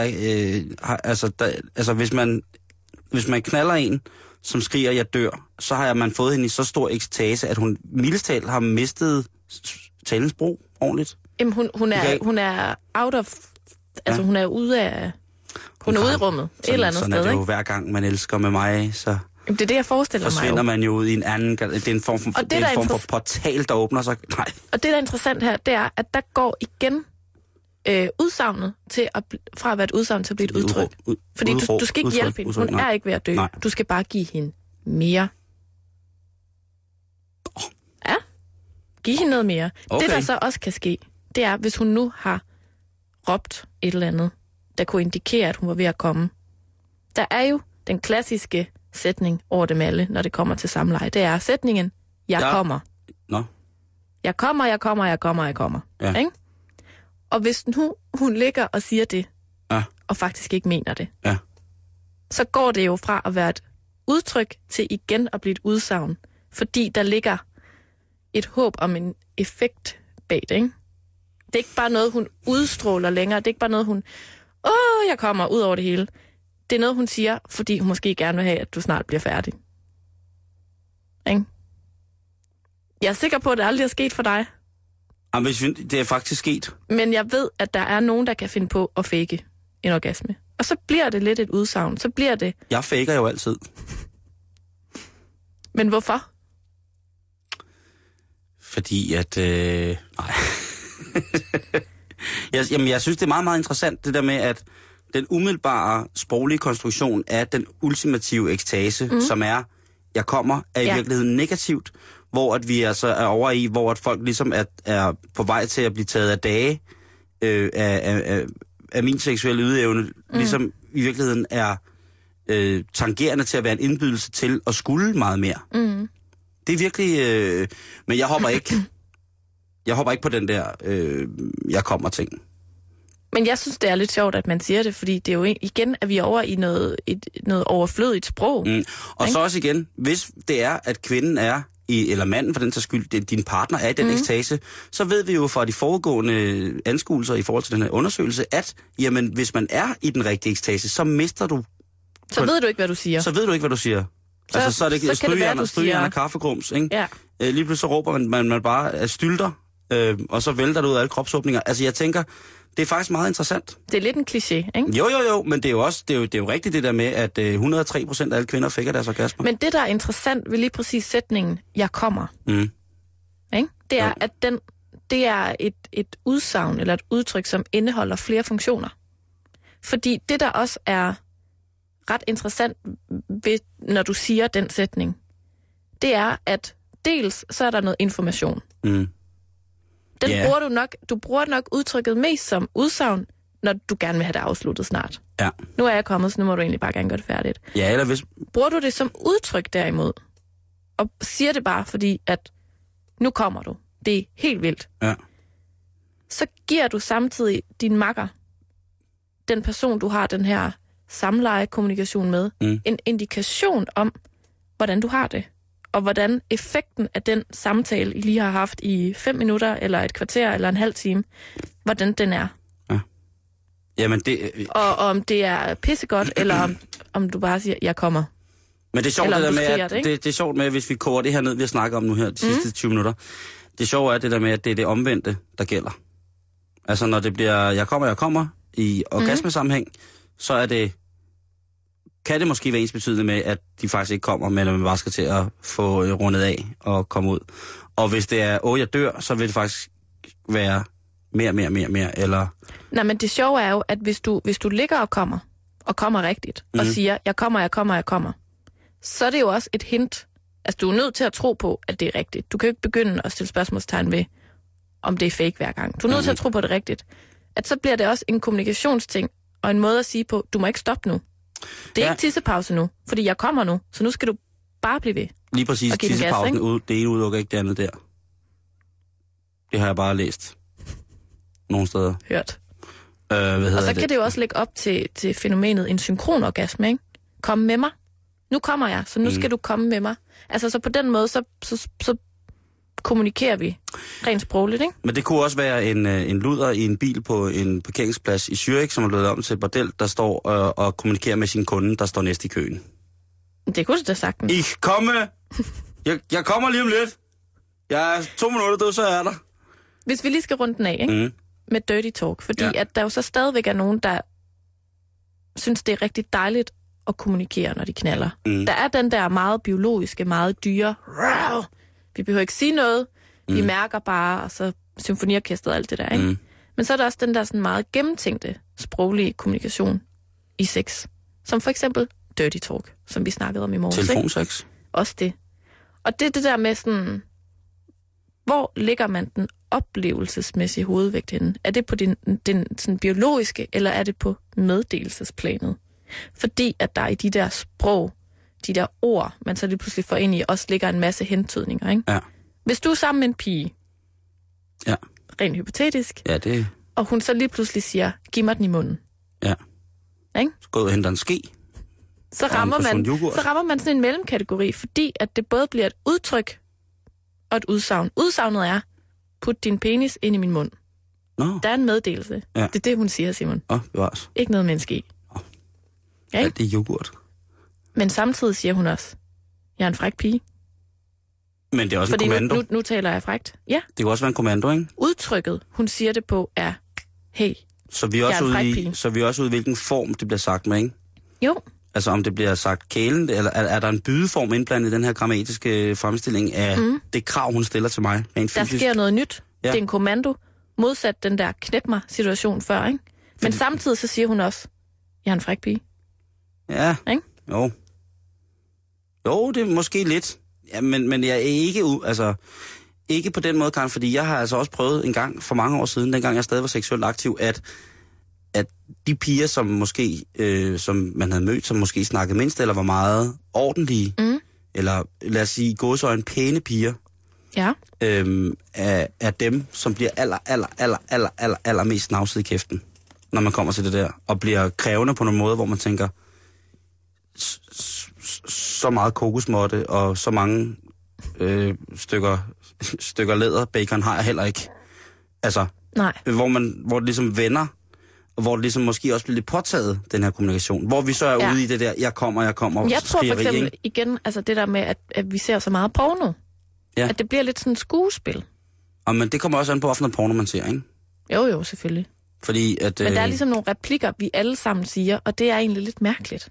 jeg... hvis man knaller en, som skriger, jeg dør, så har man fået hende i så stor ekstase, at hun mildest talt har mistet talens brug ordentligt. Jamen, hun er out of... Altså, hun er ude af... Hun er ude i rummet, et eller andet sted, ikke? Sådan er det jo hver gang, man elsker med mig, så... Jamen, det er det, jeg forestiller mig jo. Forsvinder man jo ud i en anden... Det er en form for portal, der åbner sig. Nej. Og det, der er interessant her, det er, at der går igen udsagnet fra at være et udsagn til at blive et udtryk. Fordi du skal ikke hjælpe hende. Hun er ikke ved at dø. Nej. Du skal bare give hende mere. Ja. Giv hende noget mere. Okay. Det, der så også kan ske, det er, hvis hun nu har råbt et eller andet, der kunne indikere, at hun var ved at komme. Der er jo den klassiske sætning over dem alle, når det kommer til samleje. Det er sætningen, jeg kommer. Nå. Jeg kommer. Ja. Ikke? Og hvis nu hun ligger og siger det, og faktisk ikke mener det, så går det jo fra at være et udtryk til igen at blive et udsagn. Fordi der ligger et håb om en effekt bag det, ikke? Det er ikke bare noget, hun udstråler længere. Det er ikke bare noget, hun... jeg kommer ud over det hele. Det er noget, hun siger, fordi hun måske gerne vil have, at du snart bliver færdig. Ikke? Jeg er sikker på, at det aldrig er sket for dig. Jamen, det er faktisk sket. Men jeg ved, at der er nogen, der kan finde på at fake en orgasme. Og så bliver det lidt et udsagn. Så bliver det... Jeg faker jo altid. Men hvorfor? Fordi at... Nej. jeg synes, det er meget, meget interessant, det der med, at den umiddelbare sproglige konstruktion af den ultimative ekstase, som er, jeg kommer, er i virkeligheden negativt, hvor at vi altså er over i, hvor at folk ligesom er på vej til at blive taget af dage af min seksuelle ydeevne, ligesom i virkeligheden er tangerende til at være en indbydelse til at skulle meget mere. Det er virkelig... men jeg hopper ikke. Jeg hopper ikke på den der, jeg kommer ting. Men jeg synes, det er lidt sjovt, at man siger det, fordi det er jo igen, at vi er over i noget overflødigt sprog. Og så også igen, hvis det er, at kvinden er, eller manden for den sags skyld, din partner er i den ekstase, så ved vi jo fra de foregående anskuelser i forhold til den her undersøgelse, at jamen, hvis man er i den rigtige ekstase, så mister du Så ved du ikke, hvad du siger. Så ved du ikke, hvad du siger. Så er det strygerne og kaffegrums, ikke? Ja. Lige pludselig så råber man bare stylter, og så vælter det ud af alle kropsåbninger. Altså, jeg tænker, det er faktisk meget interessant. Det er lidt en kliché, ikke? Jo, men det er jo også, det er jo rigtigt det der med, at 103% af alle kvinder fik deres orgasmer. Men det, der er interessant ved lige præcis sætningen, jeg kommer, ikke? Det er, at det er et udsagn eller et udtryk, som indeholder flere funktioner. Fordi det, der også er ret interessant ved, når du siger den sætning, det er, at dels så er der noget information. Du bruger nok udtrykket mest som udsagn, når du gerne vil have det afsluttet snart. Ja. Nu er jeg kommet, så nu må du egentlig bare gerne gøre det færdigt. Ja, eller hvis... Bruger du det som udtryk derimod, og siger det bare fordi, at nu kommer du. Det er helt vildt. Ja. Så giver du samtidig din makker, den person, du har den her samleje-kommunikation med, en indikation om, hvordan du har det. Og hvordan effekten af den samtale, I lige har haft i 5 minutter, eller et kvarter, eller en halv time, hvordan den er. Ja. Jamen det... Og om det er pissegodt, eller om du bare siger, jeg kommer. Men det er sjovt, det der med, at det er sjovt med, hvis vi koger det her ned, vi har snakket om nu her de sidste 20 minutter. Det sjove er det der med, at det er det omvendte, der gælder. Altså når det bliver, jeg kommer i orgasmesammenhæng, så er det, kan det måske være ens betydende med, at de faktisk ikke kommer, men at man bare skal til at få rundet af og komme ud. Og hvis det er, jeg dør, så vil det faktisk være mere, eller... Nej, men det sjove er jo, at hvis du ligger og kommer rigtigt, og siger, jeg kommer, så er det jo også et hint. Altså, du er nødt til at tro på, at det er rigtigt. Du kan jo ikke begynde at stille spørgsmålstegn ved, om det er fake hver gang. Du er nødt til at tro på det rigtigt. At så bliver det også en kommunikationsting, og en måde at sige på, du må ikke stoppe nu. Det er ikke tissepause nu, fordi jeg kommer nu, så nu skal du bare blive ved. Lige præcis, tissepausen, det ene udelukker ikke det andet der. Det har jeg bare læst. Nogle steder. Hørt. Og så kan det jo også lægge op til fænomenet en synkron orgasme, ikke? Kom med mig. Nu kommer jeg, så nu skal du komme med mig. Altså, så på den måde, så kommunikerer vi rent sprogligt, ikke? Men det kunne også være en luder i en bil på en parkeringsplads i Zürich, som er blevet om til et bordel, der står og kommunikerer med sin kunde, der står næste i køen. Det kunne du da sagtens. Ich komme! Jeg kommer lige om lidt. Jeg er 2 minutter, så er der. Hvis vi lige skal runde den af, ikke? Med dirty talk, fordi at der jo så stadigvæk er nogen, der synes, det er rigtig dejligt at kommunikere, når de knaller. Der er den der meget biologiske, meget dyre. Vi behøver ikke sige noget. Vi mærker bare, og så symfoniorkestret og alt det der, ikke? Men så er der også den der sådan meget gennemtænkte sproglige kommunikation i sex. Som for eksempel dirty talk, som vi snakkede om i morges. Telefonsex. Også det. Og det er det der med sådan, hvor ligger man den oplevelsesmæssige hovedvægt henne? Er det på den sådan biologiske, eller er det på meddelelsesplanet? Fordi at der i de der sprog, de der ord, man så lige pludselig får ind i, også ligger en masse hentydninger, ikke? Ja. Hvis du er sammen med en pige, rent hypotetisk, og hun så lige pludselig siger, giv mig den i munden. Ja. Ikke? Så gå ud og hente en ske. Så rammer man sådan en mellemkategori, fordi at det både bliver et udtryk og et udsagn. Udsagnet er, put din penis ind i min mund. Der er en meddelelse. Ja. Det er det, hun siger, Simon. Bevares. Ikke noget menneske i. Alt det er yoghurt. Men samtidig siger hun også, jeg er en fræk pige. Men det er også en kommando. Fordi nu taler jeg frækt. Ja. Det kan også være en kommando, ikke? Udtrykket, hun siger det på, er, hey, så vi er også ude i, hvilken form det bliver sagt med, ikke? Jo. Altså om det bliver sagt kælen, eller er der en bydeform indblandet i den her grammatiske fremstilling af det krav, hun stiller til mig? Der sker noget nyt. Ja. Det er en kommando, modsat den der knæp mig situation før, ikke? Men samtidig så siger hun også, jeg er en fræk pige. Ja, ikke? Jo, det er måske lidt. Ja, men jeg er ikke ikke på den måde, Karen, fordi jeg har altså også prøvet en gang for mange år siden, dengang jeg stadig var seksuelt aktiv, at de piger, som måske, som man havde mødt, som måske snakkede mindst, eller var meget ordentlige, eller lad os sige, gåseøjne pæne piger, er dem, som bliver aller mest snavset i kæften, når man kommer til det der, og bliver krævende på nogle måder, hvor man tænker, så meget kokosmåtte og så mange stykker læder, bacon har jeg heller ikke. Altså, nej. Hvor det ligesom vender, hvor det ligesom måske også bliver lidt påtaget, den her kommunikation. Hvor vi så er ude i det der, jeg kommer. Jeg tror for eksempel igen, altså det der med, at vi ser så meget porno. Ja. At det bliver lidt sådan et skuespil. Og men det kommer også an på, hvilken porno man ser, ikke? Jo, selvfølgelig. Fordi at... Men der er ligesom nogle replikker, vi alle sammen siger, og det er egentlig lidt mærkeligt.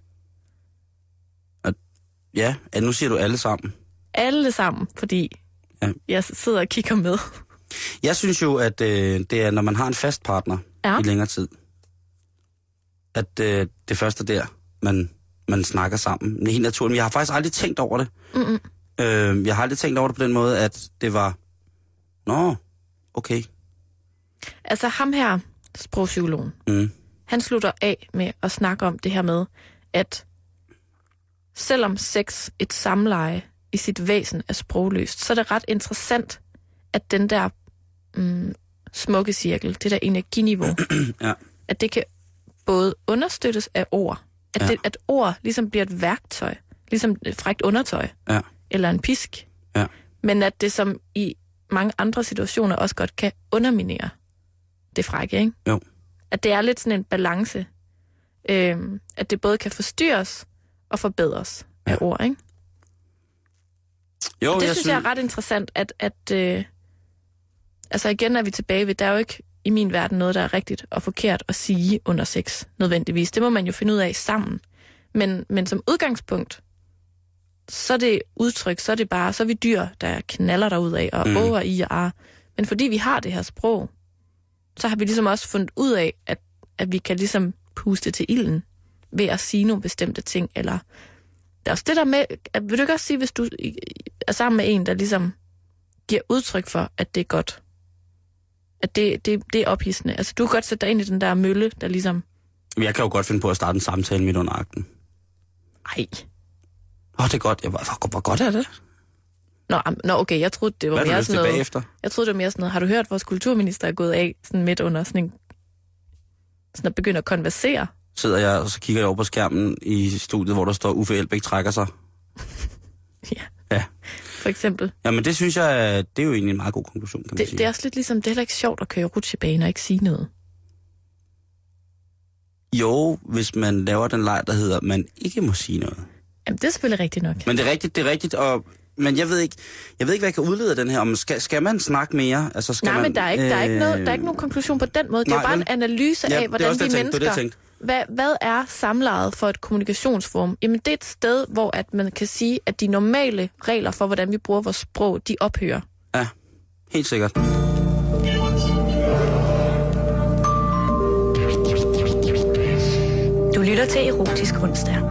Ja, nu siger du alle sammen. Alle sammen, fordi jeg sidder og kigger med. Jeg synes jo, at det er, når man har en fast partner i længere tid, at det første der, man snakker sammen. Det er helt naturligt. Men jeg har faktisk aldrig tænkt over det. Jeg har aldrig tænkt over det på den måde, at det var... Nå, okay. Altså ham her, sprogpsykologen, han slutter af med at snakke om det her med, at selvom sex, et samleje i sit væsen er sprogløst, så er det ret interessant, at den der smukke cirkel, det der energiniveau, at det kan både understøttes af ord, at ord ligesom bliver et værktøj, ligesom et frækt undertøj, eller en pisk, men at det som i mange andre situationer også godt kan underminere det frække, ikke? Jo. At det er lidt sådan en balance, at det både kan forstyrres og forbedres af ord, ikke? Jo, det synes jeg er ret interessant, at altså igen er vi tilbage ved, der er jo ikke i min verden noget, der er rigtigt og forkert at sige under sex, nødvendigvis. Det må man jo finde ud af sammen. Men som udgangspunkt, så er det udtryk, så er det bare, så er vi dyr, der knaller derudad og over i og ar. Men fordi vi har det her sprog, så har vi ligesom også fundet ud af, at vi kan ligesom puste til ilden ved at sige nogle bestemte ting, eller der er også det der med, vil du ikke også sige, hvis du er sammen med en, der ligesom giver udtryk for, at det er godt, at det er ophidsende. Altså du kan godt sætte dig ind i den der mølle, der ligesom... Jeg kan jo godt finde på at starte en samtale midt under akten. Ej. Det er godt. Hvor godt er det? Nå, okay, jeg troede, det var mere sådan noget... Bagefter? Jeg troede, det var mere sådan noget... Har du hørt, vores kulturminister er gået af sådan midt under sådan en... Sådan at begynde at konversere? Sidder jeg, og så kigger jeg over på skærmen i studiet, hvor der står, Uffe Elbæk trækker sig. Ja. For eksempel. Jamen det synes jeg, det er jo egentlig en meget god konklusion, kan man sige. Det er også lidt ligesom, det er heller ikke sjovt at køre rutsjebane og ikke sige noget. Jo, hvis man laver den leg, der hedder, man ikke må sige noget. Jamen det er selvfølgelig rigtigt nok. Men det er rigtigt, men jeg ved ikke, hvad jeg kan udlede af den her. Om skal man snakke mere? Altså, men der er ikke nogen konklusion på den måde. Det er bare en analyse af, hvordan vi mennesker... Hvad er samlejet for et kommunikationsform? Jamen det er et sted, hvor at man kan sige, at de normale regler for, hvordan vi bruger vores sprog, de ophører. Ja, helt sikkert. Du lytter til Erotisk Onsdag.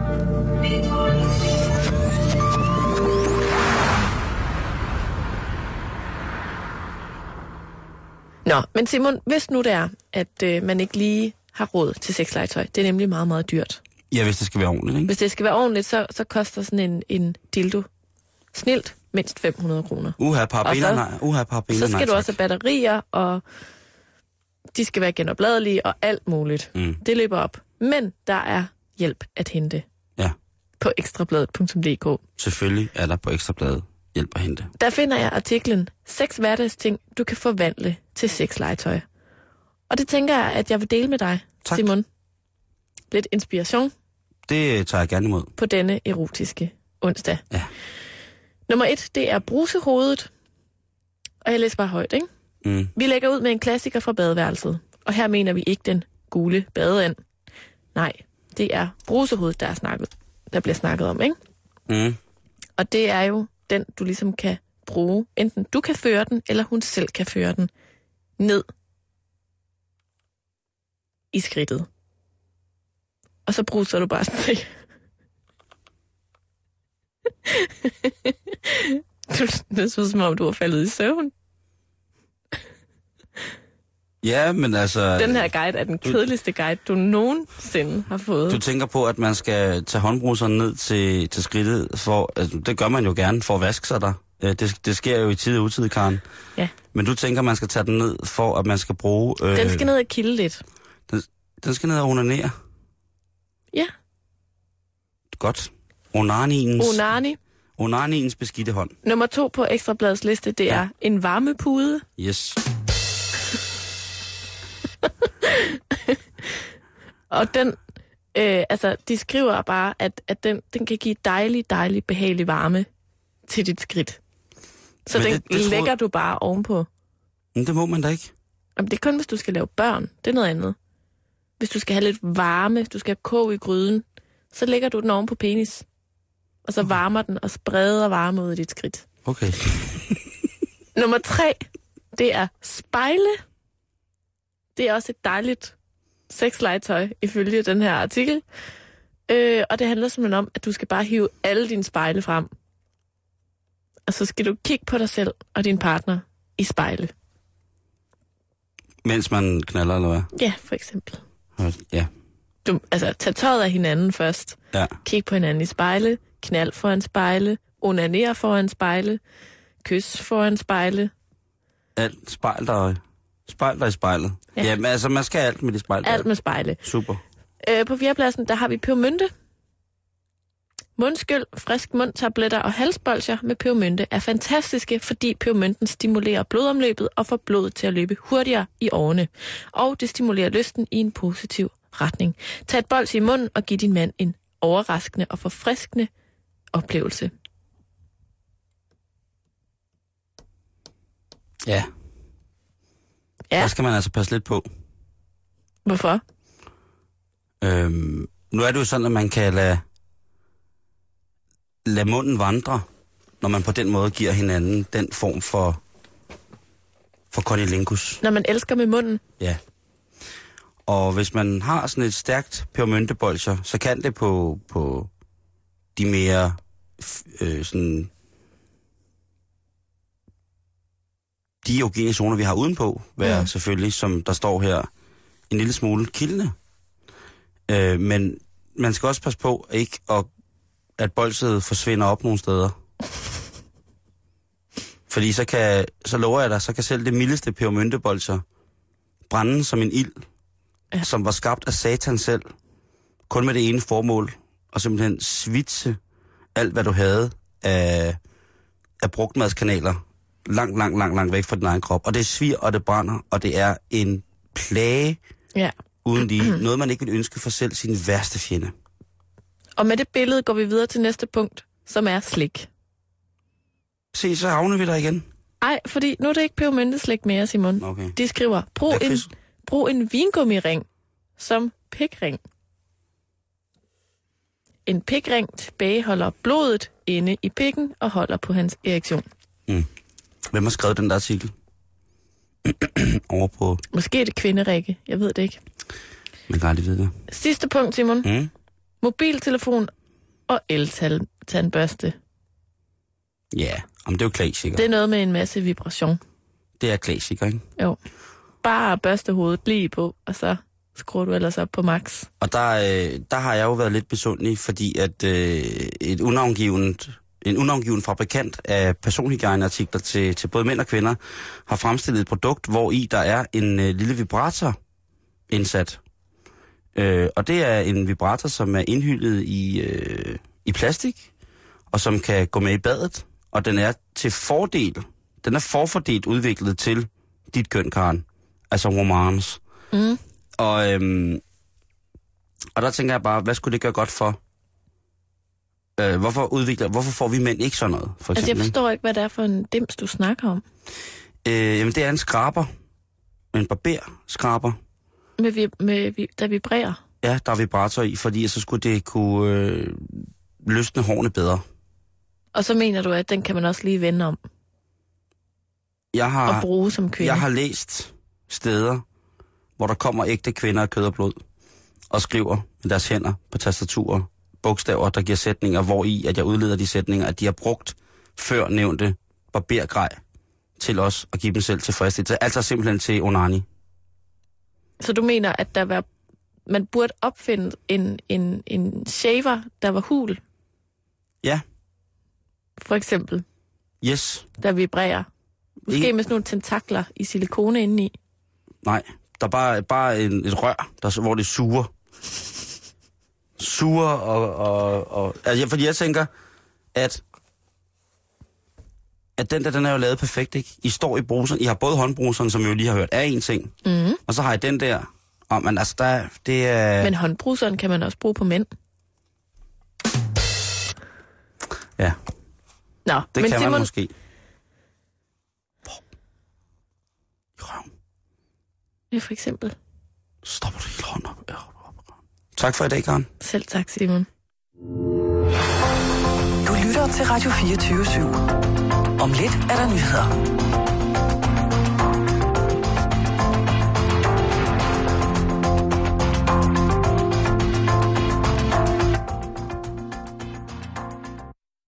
Nå, men Simon, hvis nu det er, at man ikke lige har råd til sexlegetøj, det er nemlig meget, meget dyrt. Ja, hvis det skal være ordentligt, ikke? Hvis det skal være ordentligt, så koster sådan en dildo snilt mindst 500 kroner. Så skal du også have batterier, og de skal være genopladelige og alt muligt. Det løber op. Men der er hjælp at hente på ekstrabladet.dk. Selvfølgelig er der på Ekstrabladet hjælp at hente. Der finder jeg artiklen 6 hverdagsting, du kan forvandle til sexlegetøj. Og det tænker jeg, at jeg vil dele med dig, tak. Simon. Lidt inspiration. Det tager jeg gerne imod. På denne erotiske onsdag. Ja. Nummer 1, det er brusehovedet. Og jeg læser bare højt, ikke? Vi lægger ud med en klassiker fra badeværelset. Og her mener vi ikke den gule badeand. Nej, det er brusehovedet, der bliver snakket om, ikke? Og det er jo den, du ligesom kan bruge. Enten du kan føre den, eller hun selv kan føre den ned i skridtet. Og så bruser du bare sådan. Det så som om, du var faldet i søvn. Ja, men altså... Den her guide er den kedeligste guide, du nogensinde har fået. Du tænker på, at man skal tage håndbruseren ned til skridtet, for det gør man jo gerne for at vaske sig der. Det sker jo i tid og utid, Karen. Ja. Men du tænker, man skal tage den ned, for at man skal bruge... Den skal ned og kilde lidt. Den skal ned og onanere. Ja. Godt. Onaniens beskidte hånd. Nummer 2 på Ekstrabladets liste, det er en varmepude. Yes. Og den, de skriver bare, at den kan give dejlig, behagelig varme til dit skridt. Så den lægger du bare ovenpå. Men det må man da ikke. Jamen, det er kun, hvis du skal lave børn. Det er noget andet. Hvis du skal have lidt varme, du skal have kog i gryden, så lægger du den oven på penis. Og så varmer den og spreder varme ud af dit skridt. Okay. Nummer 3, det er spejle. Det er også et dejligt sexlegetøj, ifølge den her artikel. Og det handler simpelthen om, at du skal bare hive alle dine spejle frem. Og så skal du kigge på dig selv og din partner i spejle. Mens man knaller, eller hvad? Ja, for eksempel. Ja. Tag tøjet af hinanden først. Ja. Kig på hinanden i spejle. Knald foran spejle. Onaner foran spejle. Kys foran spejle. Alt spejl der i spejlet. Ja. Jamen, altså, man skal alt med det spejl. Alt med spejle. Super. På 4. pladsen, der har vi pebermynte. Mundskyld, frisk mundtabletter og halsbolcher med pebermynte er fantastiske, fordi pebermynten stimulerer blodomløbet og får blodet til at løbe hurtigere i årene. Og det stimulerer lysten i en positiv retning. Tag et bolsje i munden og giv din mand en overraskende og forfriskende oplevelse. Ja. Der skal man altså passe lidt på. Hvorfor? Nu er det jo sådan, at man kan lade munden vandre, når man på den måde giver hinanden den form for cunnilingus. Når man elsker med munden? Ja. Og hvis man har sådan et stærkt pebermyntebolcher, så kan det på de mere sådan de erogene zoner, vi har udenpå, være selvfølgelig, som der står her, en lille smule kildende. Men man skal også passe på ikke at bolset forsvinder op nogle steder. Fordi så lover jeg dig, så kan selv det mildeste pebermyntebolcher brænde som en ild, som var skabt af Satan selv, kun med det ene formål, og simpelthen svitse alt, hvad du havde af brugtmadskanaler, langt væk fra din egen krop. Og det svir, og det brænder, og det er en plage, uden lige noget, man ikke vil ønske for selv sin værste fjende. Og med det billede går vi videre til næste punkt, som er slik. Se, så havner vi der igen. Ej, fordi nu er det ikke pebermynteslik mere, Simon. Okay. De skriver, brug en vingummiring som pikring. En pikring tilbageholder blodet inde i pikken og holder på hans erektion. Hvem har skrevet den der artikel? Over på... Måske er det kvinderække, jeg ved det ikke. Man kan aldrig vide det. Sidste punkt, Simon. Mobiltelefon og el-tandbørste. Ja, men det er jo klassiker. Det er noget med en masse vibration. Det er klassiker, ikke? Jo. Bare børste hovedet lige på, og så skruer du ellers op på max. Og der har jeg jo været lidt besundelig, fordi at en unavngiven fabrikant af personhygiejneartikler til både mænd og kvinder har fremstillet et produkt, hvor i der er en lille vibrator indsat. Og det er en vibrator, som er indhyllet i plastik, og som kan gå med i badet. Og den er forfordelt udviklet til dit køn, Karen. Altså romance. Og der tænker jeg bare, hvad skulle det gøre godt for? Hvorfor får vi mænd ikke sådan noget, for eksempel? Altså, jeg forstår ikke, hvad det er for en dims, du snakker om. Jamen, det er en skraber. En barberskraber. Der vibrerer? Ja, der er vibrator i, fordi så skulle det kunne løsne hårene bedre. Og så mener du, at den kan man også lige vende om? Og bruge som kvinde? Jeg har læst steder, hvor der kommer ægte kvinder af kød og blod, og skriver med deres hænder på tastaturer bogstaver, der giver sætninger, hvor i at jeg udleder de sætninger, at de har brugt før nævnte barbergrej til os at give dem selv tilfredsstillelse. Altså simpelthen til onani. Så du mener, at man burde opfinde en shaver, der var hul? Ja. For eksempel? Yes. Der vibrerer? Måske med sådan nogle tentakler i silikone indeni? Nej, der er bare et rør, hvor det suger. Altså, fordi jeg tænker, at den er jo lavet perfekt, ikke? I står i bruseren. I har både håndbruseren, som jeg jo lige har hørt, er en ting. Og så har I den der, Men altså, det er... Men håndbruseren kan man også bruge på mænd. Ja. Nå, det men kan Simon... man måske. Ja, for eksempel. Stopper du hele hånden op. Tak for i dag, Karen. Selv tak, Simon. Du lytter til Radio 24/7. Om lidt er der nyheder.